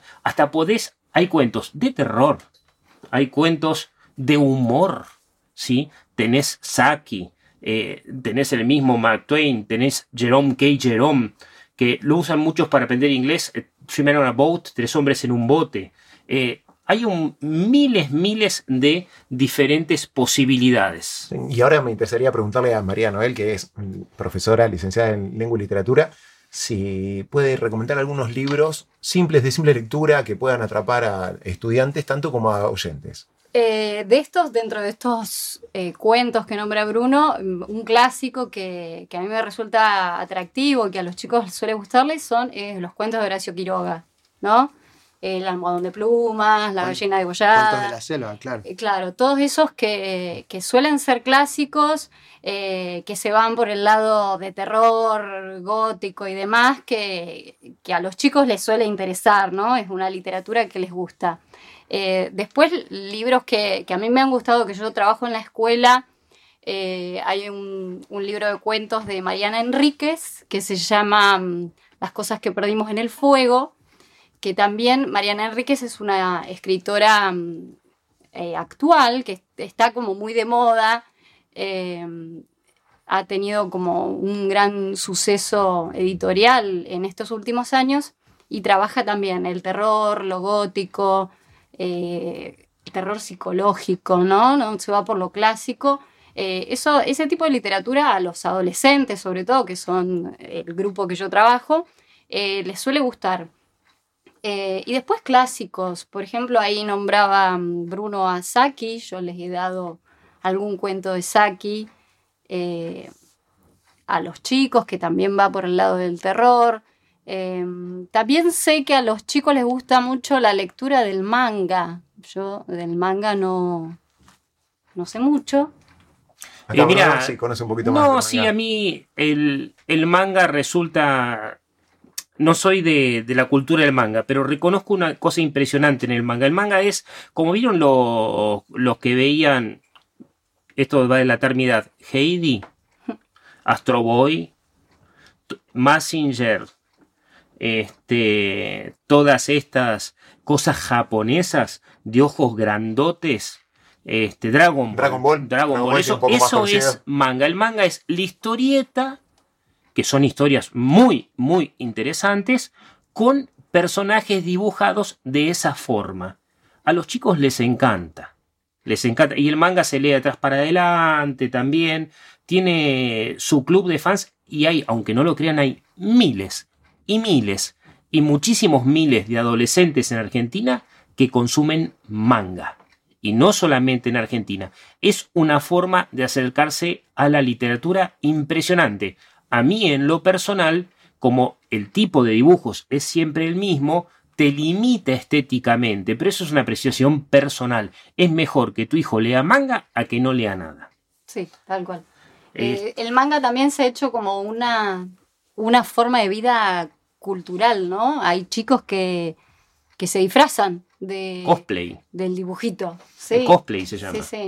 hay cuentos de terror, hay cuentos de humor, ¿sí? Tenés Saki, tenés el mismo Mark Twain, tenés Jerome K. Jerome, que lo usan muchos para aprender inglés. Three Men on a Boat, 3 hombres en un bote. Hay miles de diferentes posibilidades. Y ahora me interesaría preguntarle a María Noel, que es profesora, licenciada en Lengua y Literatura, si puede recomendar algunos libros simples, de simple lectura, que puedan atrapar a estudiantes tanto como a oyentes. Dentro de estos cuentos que nombra Bruno, un clásico que a mí me resulta atractivo y que a los chicos suele gustarles son los cuentos de Horacio Quiroga, ¿no? El almohadón de plumas, la gallina degollada. Cuentos de la selva, claro. Claro, todos esos que suelen ser clásicos, que se van por el lado de terror, gótico y demás, que a los chicos les suele interesar, ¿no? Es una literatura que les gusta. Después, libros que a mí me han gustado, que yo trabajo en la escuela, hay un libro de cuentos de Mariana Enríquez que se llama Las cosas que perdimos en el fuego, que también Mariana Enríquez es una escritora actual, que está como muy de moda, ha tenido como un gran suceso editorial en estos últimos años y trabaja también el terror, lo gótico, el terror psicológico, ¿no? No se va por lo clásico. Ese tipo de literatura a los adolescentes, sobre todo, que son el grupo que yo trabajo, les suele gustar. Y después clásicos, por ejemplo, ahí nombraba Bruno a Saki, yo les he dado algún cuento de Saki. a los chicos, que también va por el lado del terror. También sé que a los chicos les gusta mucho la lectura del manga. Yo del manga no sé mucho. Acá Mira, Bruno sí conoce un poquito más. No, del sí, manga. a mí el manga resulta... No soy de la cultura del manga, pero reconozco una cosa impresionante en el manga. El manga es, como vieron los que veían, esto va a delatar mi edad, Heidi, Astro Boy, Mazinger, todas estas cosas japonesas de ojos grandotes, Dragon Ball. Dragon Ball es Eso, un poco más eso conocido. es manga. El manga es la historieta, que son historias muy, muy interesantes, con personajes dibujados de esa forma. A los chicos les encanta. Les encanta. Y el manga se lee de atrás para adelante también. Tiene su club de fans y hay, aunque no lo crean, hay miles y miles y muchísimos miles de adolescentes en Argentina que consumen manga. Y no solamente en Argentina. Es una forma de acercarse a la literatura impresionante. A mí, en lo personal, como el tipo de dibujos es siempre el mismo, te limita estéticamente, pero eso es una apreciación personal. Es mejor que tu hijo lea manga a que no lea nada. Sí, tal cual. El manga también se ha hecho como una forma de vida cultural, ¿no? Hay chicos que se disfrazan de Cosplay. del dibujito. El Sí, cosplay se llama. sí.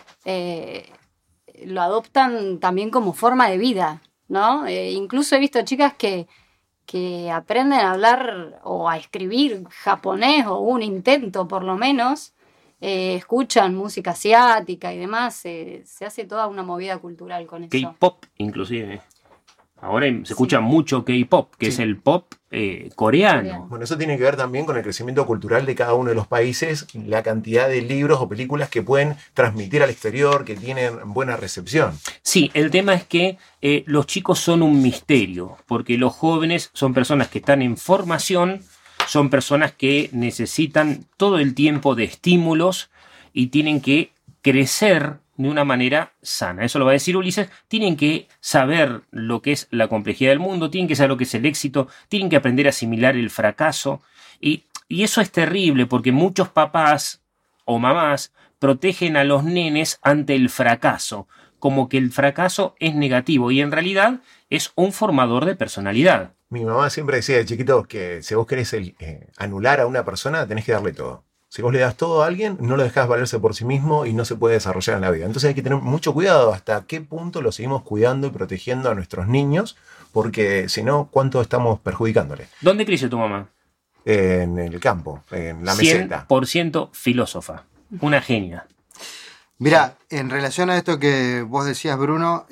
Lo adoptan también como forma de vida, ¿no? Incluso he visto chicas que aprenden a hablar o a escribir japonés, o un intento por lo menos, escuchan música asiática y demás, se hace toda una movida cultural con eso. K-pop, inclusive. Ahora se escucha mucho K-pop, que es el pop coreano. Bueno, eso tiene que ver también con el crecimiento cultural de cada uno de los países, la cantidad de libros o películas que pueden transmitir al exterior, que tienen buena recepción. Sí, el tema es que los chicos son un misterio, porque los jóvenes son personas que están en formación, son personas que necesitan todo el tiempo de estímulos y tienen que crecer de una manera sana. Eso lo va a decir Ulises. Tienen que saber lo que es la complejidad del mundo, tienen que saber lo que es el éxito, tienen que aprender a asimilar el fracaso. Y eso es terrible porque muchos papás o mamás protegen a los nenes ante el fracaso, como que el fracaso es negativo y en realidad es un formador de personalidad. Mi mamá siempre decía de chiquito que si vos querés anular a una persona, tenés que darle todo. Si vos le das todo a alguien, no lo dejás valerse por sí mismo y no se puede desarrollar en la vida. Entonces hay que tener mucho cuidado hasta qué punto lo seguimos cuidando y protegiendo a nuestros niños, porque si no, ¿cuánto estamos perjudicándole? ¿Dónde creció tu mamá? En el campo, en la meseta. 100% filósofa, una genia. Mira, en relación a esto que vos decías, Bruno,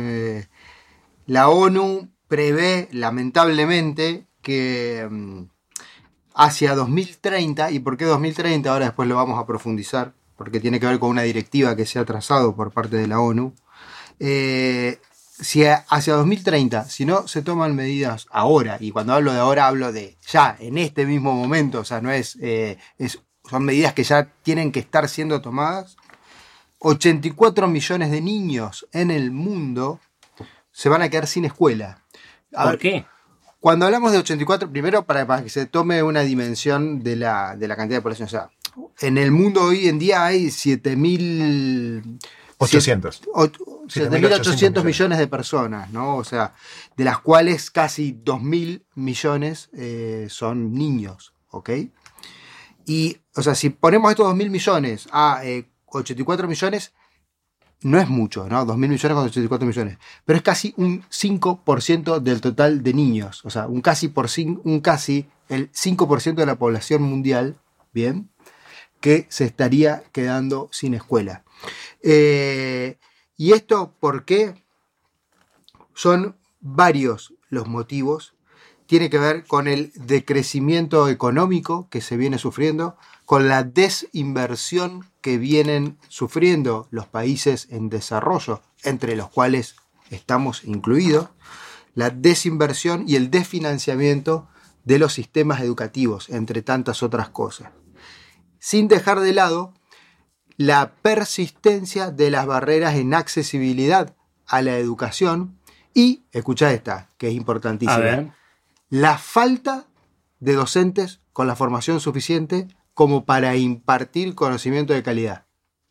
la ONU prevé, lamentablemente, que hacia 2030, ¿y por qué 2030? Ahora después lo vamos a profundizar, porque tiene que ver con una directiva que se ha trazado por parte de la ONU. Si hacia 2030, si no se toman medidas ahora, y cuando hablo de ahora hablo de ya, en este mismo momento, o sea, no son medidas que ya tienen que estar siendo tomadas, 84 millones de niños en el mundo se van a quedar sin escuela. ¿Por qué? Cuando hablamos de 84, primero para que se tome una dimensión de la cantidad de población. O sea, en el mundo hoy en día hay 7.800 millones de personas, ¿no? O sea, de las cuales casi 2.000 millones son niños, ¿ok? Y, o sea, si ponemos estos 2.000 millones a 84 millones, no es mucho, ¿no? 2.000 millones con 84 millones. Pero es casi un 5% del total de niños. O sea, el 5% de la población mundial, ¿bien? Que se estaría quedando sin escuela. ¿Y esto por qué? Son varios los motivos. Tiene que ver con el decrecimiento económico que se viene sufriendo, con la desinversión que vienen sufriendo los países en desarrollo, entre los cuales estamos incluidos, la desinversión y el desfinanciamiento de los sistemas educativos, entre tantas otras cosas. Sin dejar de lado la persistencia de las barreras en accesibilidad a la educación Y, escuchá esta, que es A importantísima. ver. La falta de docentes con la formación suficiente como para impartir conocimiento de calidad.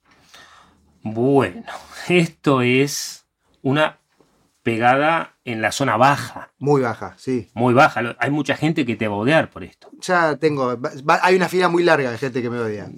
Bueno, esto es una pegada en la zona baja, Muy baja, sí. muy baja. Hay mucha gente que te va a odiar por esto. Ya tengo. Hay una fila muy larga de gente que me odia.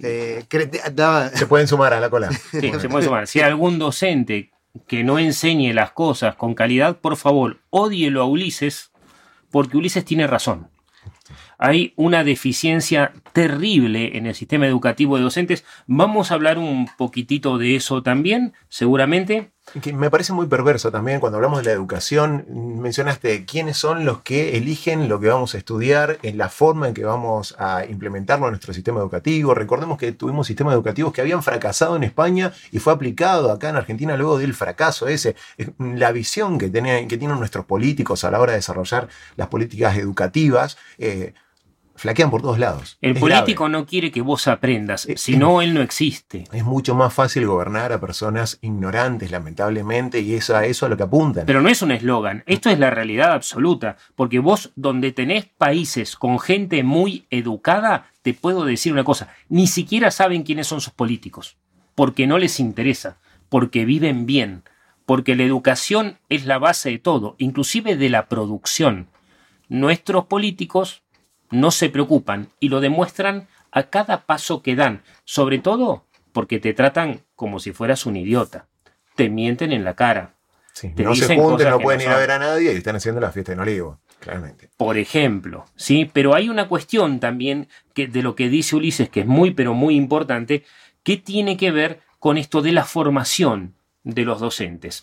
Se pueden sumar a la cola. Sí, se puede sumar. Si hay algún docente que no enseñe las cosas con calidad, por favor, ódielo a Ulises, porque Ulises tiene razón. Hay una deficiencia terrible en el sistema educativo de docentes. Vamos a hablar un poquitito de eso también, seguramente. Que me parece muy perverso también cuando hablamos de la educación. Mencionaste quiénes son los que eligen lo que vamos a estudiar, en la forma en que vamos a implementarlo en nuestro sistema educativo. Recordemos que tuvimos sistemas educativos que habían fracasado en España y fue aplicado acá en Argentina luego del fracaso ese. La visión que tienen nuestros políticos a la hora de desarrollar las políticas educativas flaquean por todos lados. El Es político grave. no quiere que vos aprendas, si no, él no existe. Es mucho más fácil gobernar a personas ignorantes, lamentablemente, y eso a lo que apuntan. Pero no es un eslogan, esto es la realidad absoluta, porque vos donde tenés países con gente muy educada, te puedo decir una cosa, ni siquiera saben quiénes son sus políticos, porque no les interesa, porque viven bien, porque la educación es la base de todo, inclusive de la producción. Nuestros políticos no se preocupan y lo demuestran a cada paso que dan, sobre todo porque te tratan como si fueras un idiota, te mienten en la cara. Sí, Te no se dicen junten, cosas no que pueden no ir a son. ver a nadie y están haciendo la fiesta en Olivo, claramente. Por ejemplo, ¿sí? Pero hay una cuestión también de lo que dice Ulises, que es muy, pero muy importante, que tiene que ver con esto de la formación de los docentes.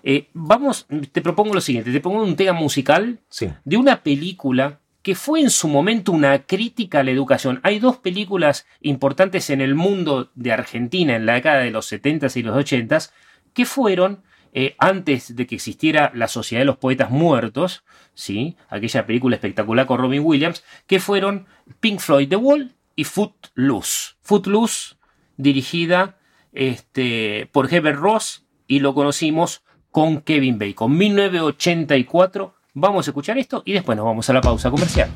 Te propongo lo siguiente, te pongo un tema musical Sí. de una película que fue en su momento una crítica a la educación. Hay dos películas importantes en el mundo de Argentina en la década de los 70s y los 80s que fueron antes de que existiera la Sociedad de los Poetas Muertos, ¿sí? Aquella película espectacular con Robin Williams, que fueron Pink Floyd, The Wall y Footloose. Footloose, dirigida por Herbert Ross, y lo conocimos con Kevin Bacon. 1984, vamos a escuchar esto y después nos vamos a la pausa comercial.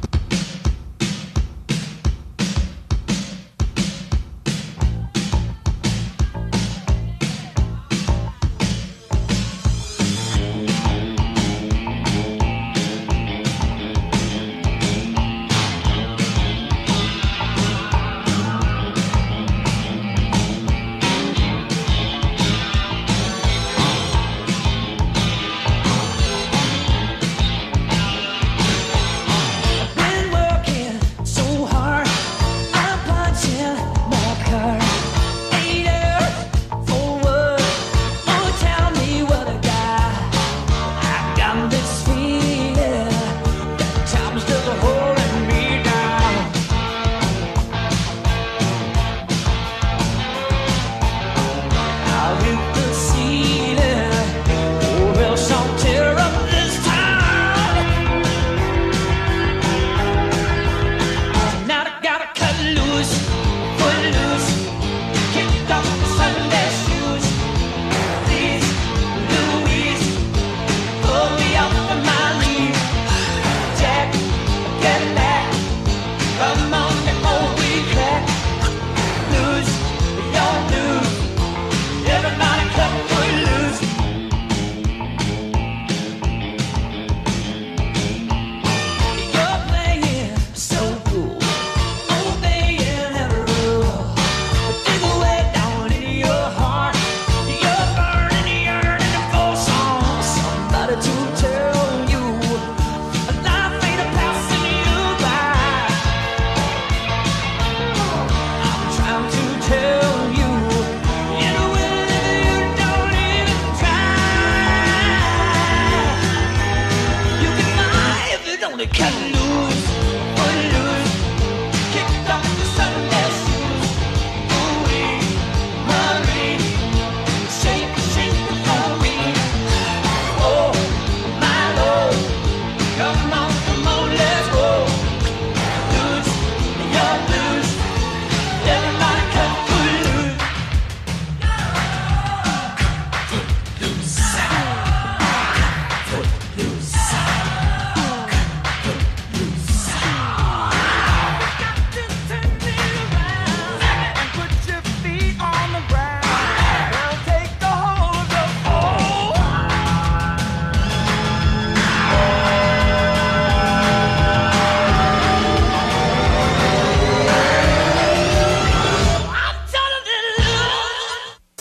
When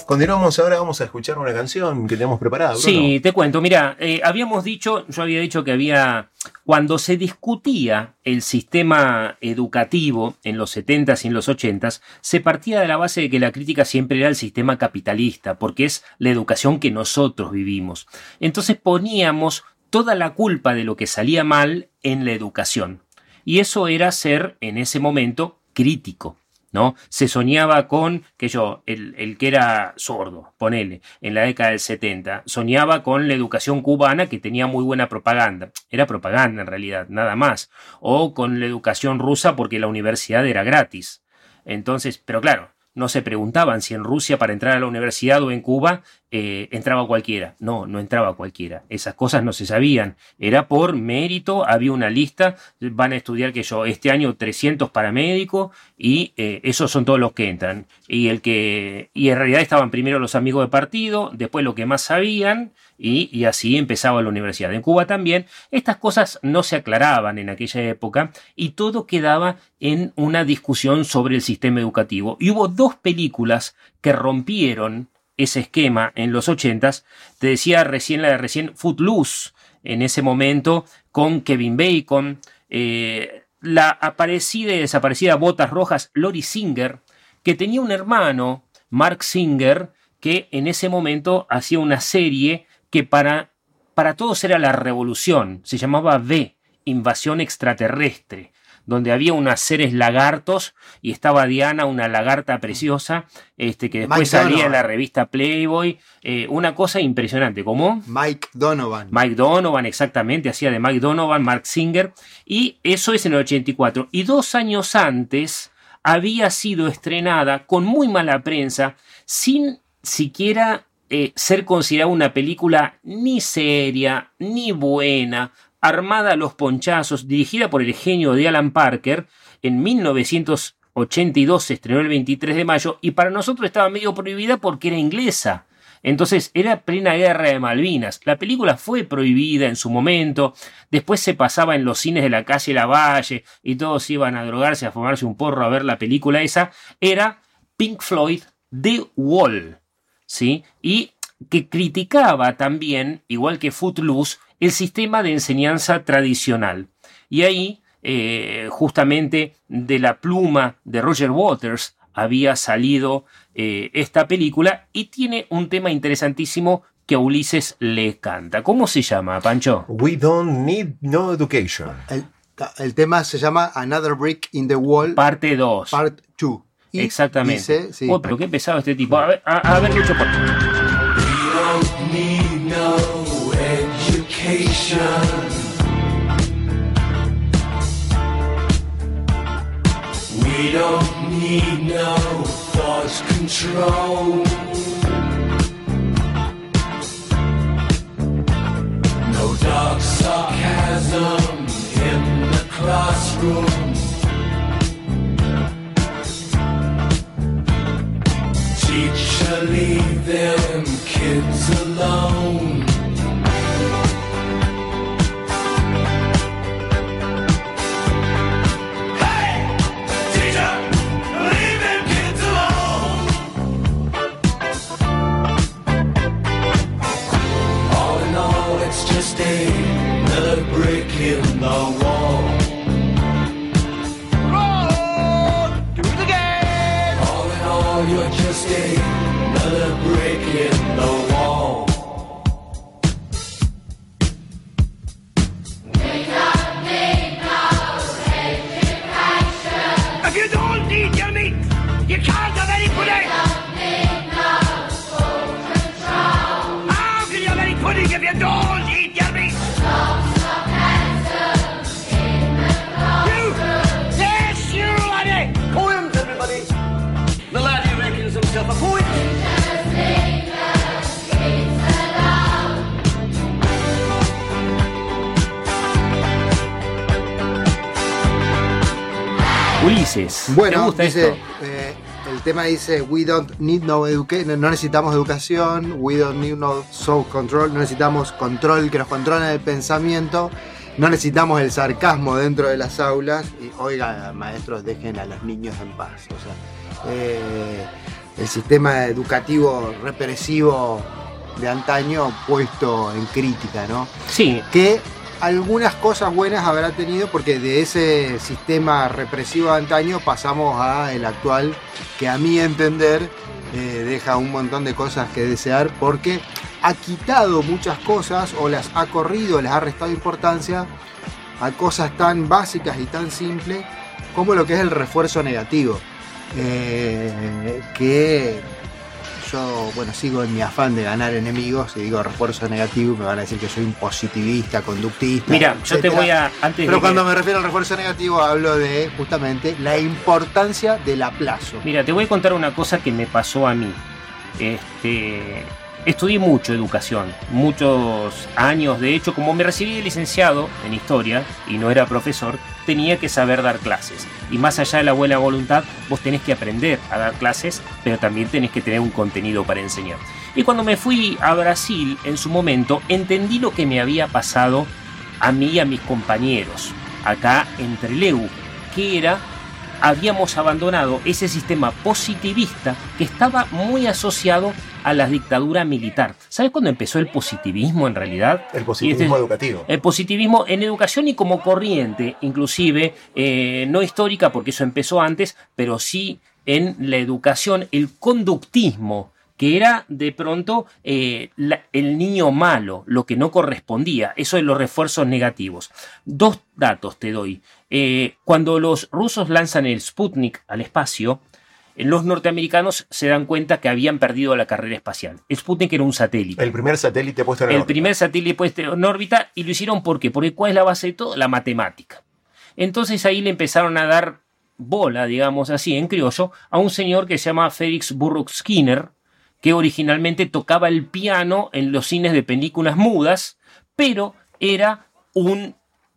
Continuamos ahora, vamos a escuchar una canción que tenemos preparada, Bruno. Sí, te cuento, mira, yo había dicho que cuando se discutía el sistema educativo en los 70s y en los 80s, se partía de la base de que la crítica siempre era el sistema capitalista, porque es la educación que nosotros vivimos. Entonces poníamos toda la culpa de lo que salía mal en la educación. Y eso era ser, en ese momento, crítico, ¿no? Se soñaba con, el que era sordo, ponele, en la década del 70, soñaba con la educación cubana que tenía muy buena propaganda. Era propaganda en realidad, nada más. O con la educación rusa porque la universidad era gratis. Entonces, pero claro, no se preguntaban si en Rusia para entrar a la universidad o en Cuba entraba cualquiera. No entraba cualquiera. Esas cosas no se sabían. Era por mérito, había una lista, van a estudiar este año 300 paramédicos y esos son todos los que entran. Y en realidad estaban primero los amigos de partido, después lo que más sabían y así empezaba la universidad. En Cuba también estas cosas no se aclaraban en aquella época y todo quedaba en una discusión sobre el sistema educativo. Y hubo 2 películas que rompieron ese esquema en los 80s. Te decía recién Footloose, en ese momento, con Kevin Bacon, la aparecida y desaparecida Botas Rojas, Lori Singer, que tenía un hermano, Mark Singer, que en ese momento hacía una serie que para todos era la revolución, se llamaba V, Invasión Extraterrestre, donde había unos seres lagartos y estaba Diana, una lagarta preciosa, que después salía en la revista Playboy, una cosa impresionante. ¿Cómo? Mike Donovan. Mike Donovan, exactamente, hacía de Mike Donovan, Mark Singer, y eso es en el 84. Y 2 años antes había sido estrenada con muy mala prensa, sin siquiera ser considerada una película ni seria, ni buena, armada a los ponchazos, dirigida por el genio de Alan Parker. En 1982 se estrenó el 23 de mayo y para nosotros estaba medio prohibida porque era inglesa. Entonces era plena guerra de Malvinas. La película fue prohibida en su momento, después se pasaba en los cines de la calle Lavalle y todos iban a drogarse, a fumarse un porro a ver la película esa. Era Pink Floyd, The Wall, ¿sí? Y que criticaba también, igual que Footloose, el sistema de enseñanza tradicional. Y ahí, justamente de la pluma de Roger Waters, había salido esta película y tiene un tema interesantísimo que a Ulises le canta. ¿Cómo se llama, Pancho? We Don't Need No Education. El tema se llama Another Brick in the Wall. Parte 2. Part 2. Exactamente. Dice, sí. Oh, pero qué pesado este tipo. A ver, Lucho. We don't need no education. We don't need no thought control. No dark sarcasm in the classroom. Teacher, leave them kids alone. Hey! Teacher, leave them kids alone. All in all, it's just another brick in the wall. You're just another brick in the wall. We don't need no education. If you don't need your meat, you can't have any pudding. We don't need no school control. How can you have any pudding if you don't eat your meat? Lots of pencils in the classroom. Yes, you, laddie. Poems, everybody. The laddie reckons himself a poet. Ulises, Bueno, ¿te gusta dice, esto? el tema dice We don't need no education. No necesitamos educación. We don't need no self-control. No necesitamos control que nos controle el pensamiento. No necesitamos el sarcasmo dentro de las aulas. Y, oiga, maestros, dejen a los niños en paz. O sea, el sistema educativo represivo de antaño puesto en crítica, ¿no? Sí. Que algunas cosas buenas habrá tenido, porque de ese sistema represivo de antaño pasamos a el actual, que a mi entender deja un montón de cosas que desear, porque ha quitado muchas cosas o las ha corrido, les ha restado importancia a cosas tan básicas y tan simples como lo que es el refuerzo negativo, que yo, bueno, sigo en mi afán de ganar enemigos y digo refuerzo negativo, me van a decir que soy un positivista, conductista. Mira, yo te etcétera. voy a... Pero cuando me refiero al refuerzo negativo hablo de justamente la importancia del aplazo. Mira, te voy a contar una cosa que me pasó a mí. Estudié mucho educación, muchos años. De hecho, como me recibí de licenciado en historia y no era profesor, tenía que saber dar clases. Y más allá de la buena voluntad, vos tenés que aprender a dar clases, pero también tenés que tener un contenido para enseñar. Y cuando me fui a Brasil, en su momento, entendí lo que me había pasado a mí y a mis compañeros acá en Trelew, que era... habíamos abandonado ese sistema positivista que estaba muy asociado a la dictadura militar. ¿Sabes cuándo empezó el positivismo en realidad? El positivismo educativo. El positivismo en educación y como corriente, inclusive, no histórica porque eso empezó antes, pero sí en la educación, el conductismo, que era de pronto el niño malo, lo que no correspondía, eso de los refuerzos negativos. 2 datos te doy. Cuando los rusos lanzan el Sputnik al espacio, los norteamericanos se dan cuenta que habían perdido la carrera espacial. El Sputnik era un satélite. El primer satélite puesto en El órbita. primer satélite puesto en órbita, y lo hicieron ¿por qué? Porque ¿cuál es la base de todo? La matemática. Entonces ahí le empezaron a dar bola, digamos así, en criollo, a un señor que se llama Felix Burroughs Skinner, que originalmente tocaba el piano en los cines de películas mudas, pero era un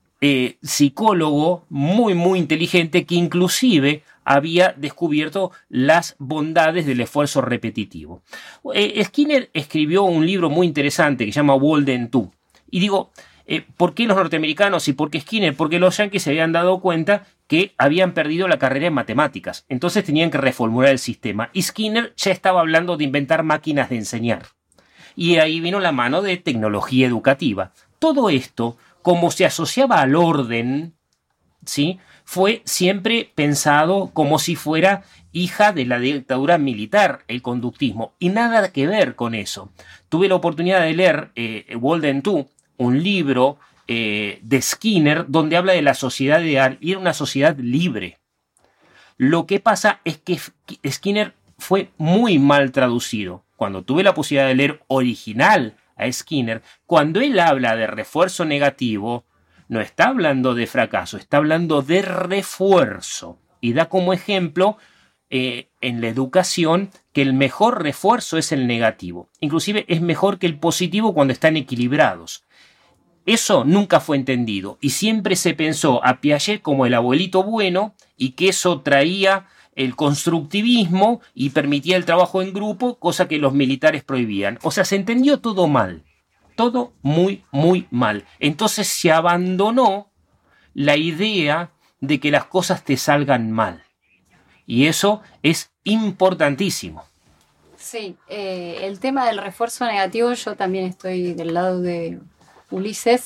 psicólogo muy, muy inteligente que inclusive había descubierto las bondades del esfuerzo repetitivo. Skinner escribió un libro muy interesante que se llama Walden 2. Y digo, ¿por qué los norteamericanos y por qué Skinner? Porque los yanquis se habían dado cuenta que habían perdido la carrera en matemáticas. Entonces tenían que reformular el sistema. Y Skinner ya estaba hablando de inventar máquinas de enseñar. Y ahí vino la mano de tecnología educativa. Todo esto, como se asociaba al orden, ¿sí?, fue siempre pensado como si fuera hija de la dictadura militar, el conductismo. Y nada que ver con eso. Tuve la oportunidad de leer Walden 2, un libro de Skinner, donde habla de la sociedad ideal, y era una sociedad libre. Lo que pasa es que Skinner fue muy mal traducido. Cuando tuve la posibilidad de leer original a Skinner, cuando él habla de refuerzo negativo, no está hablando de fracaso, está hablando de refuerzo. Y da como ejemplo en la educación que el mejor refuerzo es el negativo. Inclusive es mejor que el positivo cuando están equilibrados. Eso nunca fue entendido y siempre se pensó a Piaget como el abuelito bueno y que eso traía el constructivismo y permitía el trabajo en grupo, cosa que los militares prohibían. O sea, se entendió todo mal, todo muy, muy mal. Entonces se abandonó la idea de que las cosas te salgan mal. Y eso es importantísimo. Sí, el tema del refuerzo negativo, yo también estoy del lado de Ulises.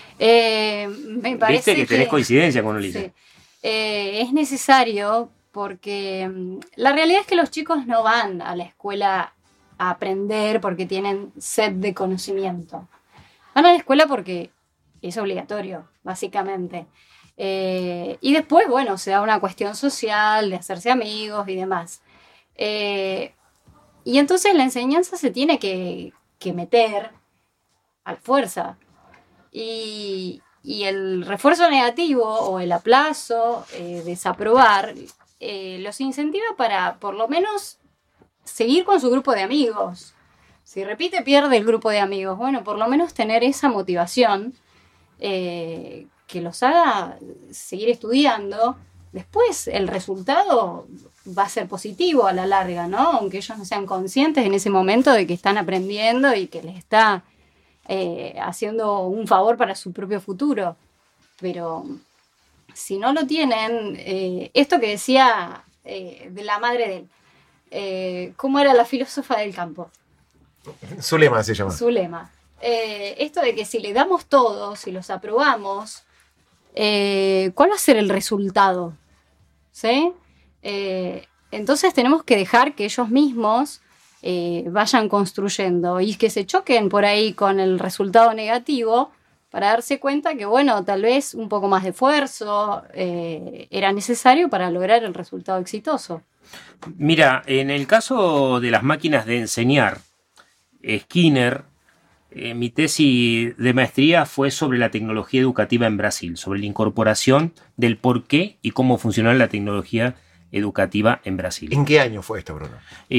Me parece Viste que tenés coincidencia con Ulises. Sí, es necesario porque la realidad es que los chicos no van a la escuela a aprender porque tienen sed de conocimiento. Van a la escuela porque es obligatorio, básicamente. Y después, bueno, se da una cuestión social, de hacerse amigos y demás. Y entonces la enseñanza se tiene que meter a fuerza. Y el refuerzo negativo o el aplazo, desaprobar, los incentiva para por lo menos seguir con su grupo de amigos. Si repite, pierde el grupo de amigos. Bueno, por lo menos tener esa motivación que los haga seguir estudiando. Después el resultado va a ser positivo a la larga, ¿no? Aunque ellos no sean conscientes en ese momento de que están aprendiendo y que les está haciendo un favor para su propio futuro. Pero si no lo tienen, esto que decía de la madre de ¿cómo era la filósofa del campo? Zulema se llama. Zulema. Esto de que si le damos todo, si los aprobamos, ¿cuál va a ser el resultado? ¿Sí? Entonces tenemos que dejar que ellos mismos vayan construyendo y que se choquen por ahí con el resultado negativo para darse cuenta que, bueno, tal vez un poco más de esfuerzo era necesario para lograr el resultado exitoso. Mira, en el caso de las máquinas de enseñar, Skinner, mi tesis de maestría fue sobre la tecnología educativa en Brasil, sobre la incorporación del por qué y cómo funciona la tecnología educativa en Brasil. ¿En qué año fue esto, Bruno?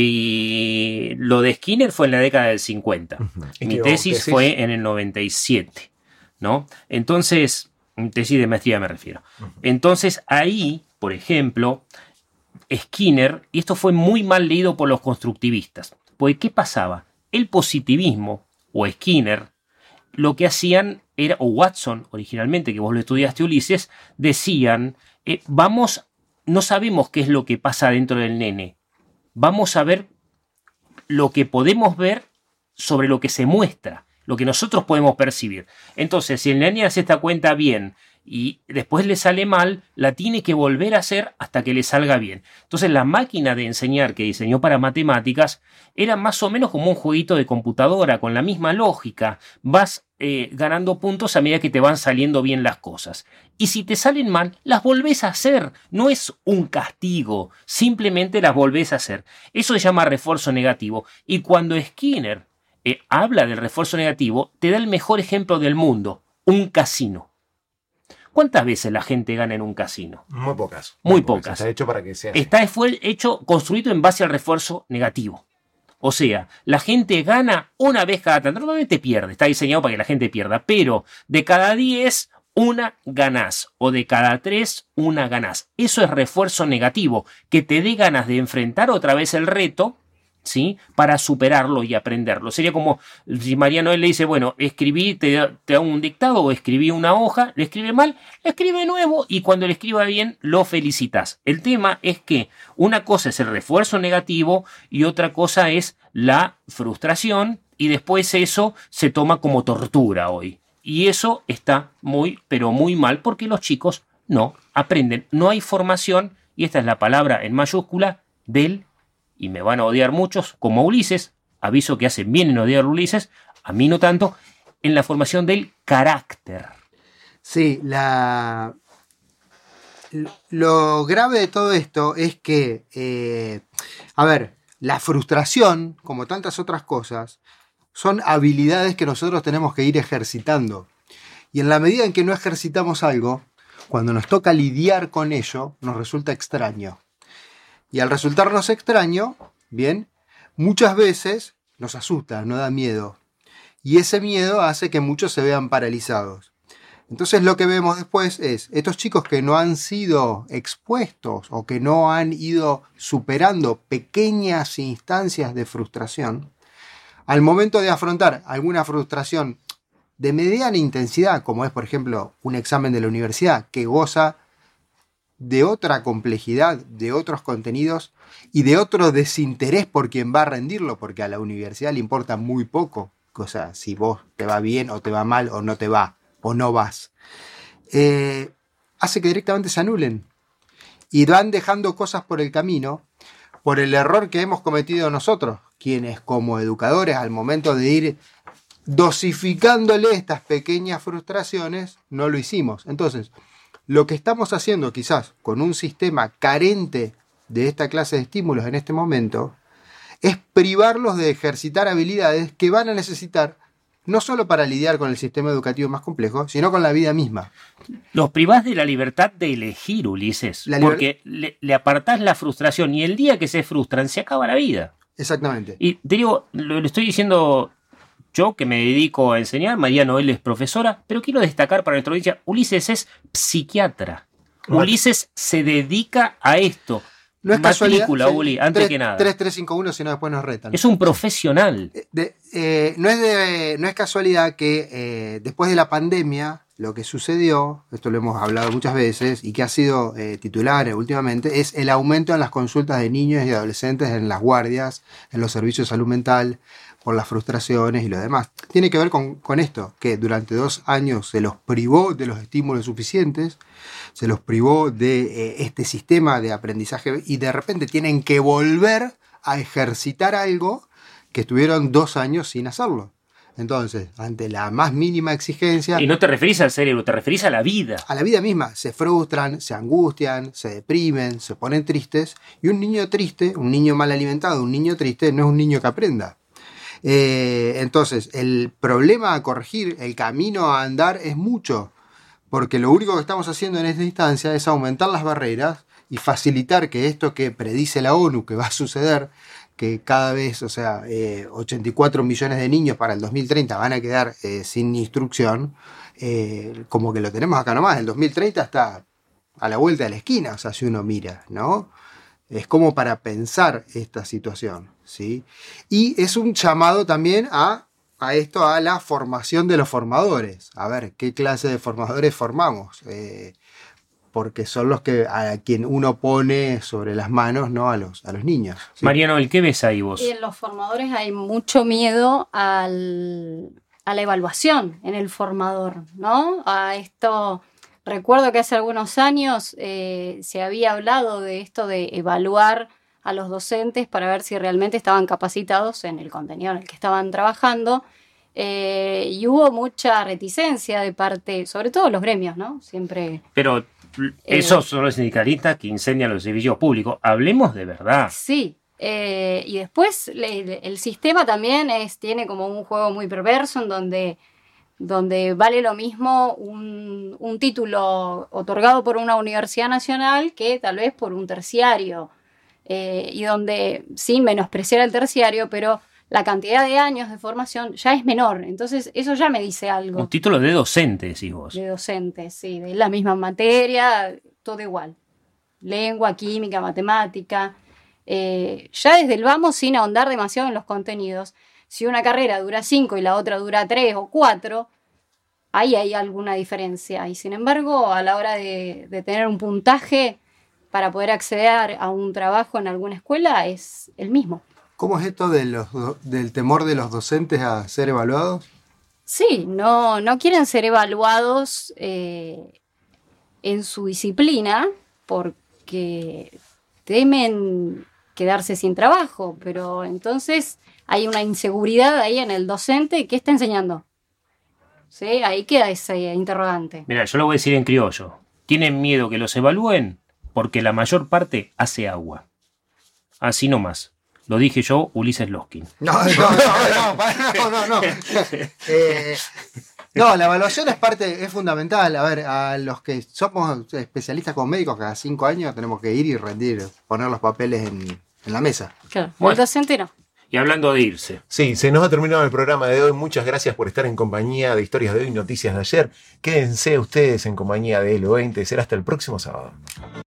Y lo de Skinner fue en la década del 50. Mi tesis fue en el 97, ¿no? Entonces, tesis de maestría me refiero. Entonces, ahí, por ejemplo, Skinner, y esto fue muy mal leído por los constructivistas, porque ¿qué pasaba? El positivismo, o Skinner, lo que hacían era, o Watson originalmente, que vos lo estudiaste, Ulises, decían, no sabemos qué es lo que pasa dentro del nene, vamos a ver lo que podemos ver sobre lo que se muestra, lo que nosotros podemos percibir. Entonces, si el nene hace esta cuenta bien y después le sale mal, la tiene que volver a hacer hasta que le salga bien. Entonces, la máquina de enseñar que diseñó para matemáticas era más o menos como un jueguito de computadora, con la misma lógica. Vas ganando puntos a medida que te van saliendo bien las cosas. Y si te salen mal, las volvés a hacer. No es un castigo, simplemente las volvés a hacer. Eso se llama refuerzo negativo. Y cuando Skinner habla del refuerzo negativo, te da el mejor ejemplo del mundo, un casino. ¿Cuántas veces la gente gana en un casino? Muy pocas. Muy pocas. Está hecho para que sea. Fue hecho, construido en base al refuerzo negativo. O sea, la gente gana una vez cada tanto. Normalmente pierde, está diseñado para que la gente pierda. Pero de cada 10, una ganás. O de cada 3, una ganás. Eso es refuerzo negativo. Que te dé ganas de enfrentar otra vez el reto, ¿sí? Para superarlo y aprenderlo. Sería como si María Noel le dice, bueno, escribí, te hago un dictado o escribí una hoja, le escribe mal, le escribe de nuevo y cuando le escriba bien lo felicitas. El tema es que una cosa es el refuerzo negativo y otra cosa es la frustración y después eso se toma como tortura hoy. Y eso está muy, pero muy mal porque los chicos no aprenden. No hay formación, y esta es la palabra en mayúscula, y me van a odiar muchos, como Ulises, aviso que hacen bien en odiar a Ulises, a mí no tanto, en la formación del carácter. Sí, lo grave de todo esto es que, la frustración, como tantas otras cosas, son habilidades que nosotros tenemos que ir ejercitando. Y en la medida en que no ejercitamos algo, cuando nos toca lidiar con ello, nos resulta extraño. Y al resultarnos extraño, bien, muchas veces nos asusta, nos da miedo. Y ese miedo hace que muchos se vean paralizados. Entonces lo que vemos después es estos chicos que no han sido expuestos o que no han ido superando pequeñas instancias de frustración, al momento de afrontar alguna frustración de mediana intensidad, como es por ejemplo un examen de la universidad que goza de otra complejidad, de otros contenidos y de otro desinterés por quien va a rendirlo, porque a la universidad le importa muy poco, o sea, si vos te va bien o te va mal o no te va, o no vas, hace que directamente se anulen y van dejando cosas por el camino, por el error que hemos cometido nosotros, quienes como educadores al momento de ir dosificándole estas pequeñas frustraciones, no lo hicimos. Entonces, lo que estamos haciendo quizás con un sistema carente de esta clase de estímulos en este momento es privarlos de ejercitar habilidades que van a necesitar no solo para lidiar con el sistema educativo más complejo, sino con la vida misma. Los privás de la libertad de elegir, Ulises, porque le apartás la frustración y el día que se frustran se acaba la vida. Exactamente. Y te digo, lo estoy diciendo yo, que me dedico a enseñar, María Noel es profesora, pero quiero destacar para nuestra audiencia, Ulises es psiquiatra. Ulises se dedica a esto. No es casualidad. Uli, antes que nada. 3351, si no después nos retan. Es un profesional. No es casualidad que después de la pandemia lo que sucedió, esto lo hemos hablado muchas veces y que ha sido titular últimamente, es el aumento en las consultas de niños y adolescentes en las guardias, en los servicios de salud mental, por las frustraciones y lo demás. Tiene que ver con esto, que durante 2 años se los privó de los estímulos suficientes, se los privó de este sistema de aprendizaje y de repente tienen que volver a ejercitar algo que estuvieron 2 años sin hacerlo. Entonces, ante la más mínima exigencia... Y no te referís al cerebro, te referís a la vida. A la vida misma. Se frustran, se angustian, se deprimen, se ponen tristes. Y un niño triste, un niño mal alimentado, un niño triste, no es un niño que aprenda. Entonces, el problema a corregir, el camino a andar es mucho. Porque lo único que estamos haciendo en esta instancia es aumentar las barreras y facilitar que esto que predice la ONU que va a suceder, que cada vez, 84 millones de niños para el 2030 van a quedar sin instrucción, como que lo tenemos acá nomás. El 2030 está a la vuelta de la esquina, o sea, si uno mira, ¿no? Es como para pensar esta situación, ¿sí? Y es un llamado también a la formación de los formadores. A ver, ¿qué clase de formadores formamos? Porque son los que a quien uno pone sobre las manos, ¿no? A los niños. ¿Sí? Mariano, ¿qué ves ahí vos? Y en los formadores hay mucho miedo a la evaluación en el formador, ¿no? A esto, recuerdo que hace algunos años se había hablado de esto de evaluar a los docentes para ver si realmente estaban capacitados en el contenido en el que estaban trabajando. Y hubo mucha reticencia de parte, sobre todo los gremios, ¿no? Siempre... Pero esos son los sindicalistas que incendian los servicios públicos. Hablemos de verdad. Sí. Y después el sistema también tiene como un juego muy perverso en donde vale lo mismo un título otorgado por una universidad nacional que tal vez por un terciario. Y donde, sin menospreciar al terciario, pero la cantidad de años de formación ya es menor. Entonces eso ya me dice algo. Un título de docente, decís vos. De docente, sí, de la misma materia, todo igual. Lengua, química, matemática. Ya desde el vamos, sin ahondar demasiado en los contenidos, si una carrera dura 5 y la otra dura 3 o 4, ahí hay alguna diferencia. Y sin embargo, a la hora de tener un puntaje para poder acceder a un trabajo en alguna escuela, es el mismo. ¿Cómo es esto del temor de los docentes a ser evaluados? Sí, no quieren ser evaluados en su disciplina porque temen quedarse sin trabajo, pero entonces hay una inseguridad ahí en el docente. ¿Qué está enseñando? ¿Sí? Ahí queda ese interrogante. Mira, yo lo voy a decir en criollo. Tienen miedo que los evalúen porque la mayor parte hace agua. Así nomás. Lo dije yo, Ulises Loskin. No. No, la evaluación es fundamental. A ver, a los que somos especialistas como médicos, cada 5 años tenemos que ir y rendir, poner los papeles en la mesa. Claro, Bueno. el docente no. Y hablando de irse. Sí, se nos ha terminado el programa de hoy. Muchas gracias por estar en compañía de Historias de Hoy, Noticias de Ayer. Quédense ustedes en compañía de Elo 20. Será hasta el próximo sábado.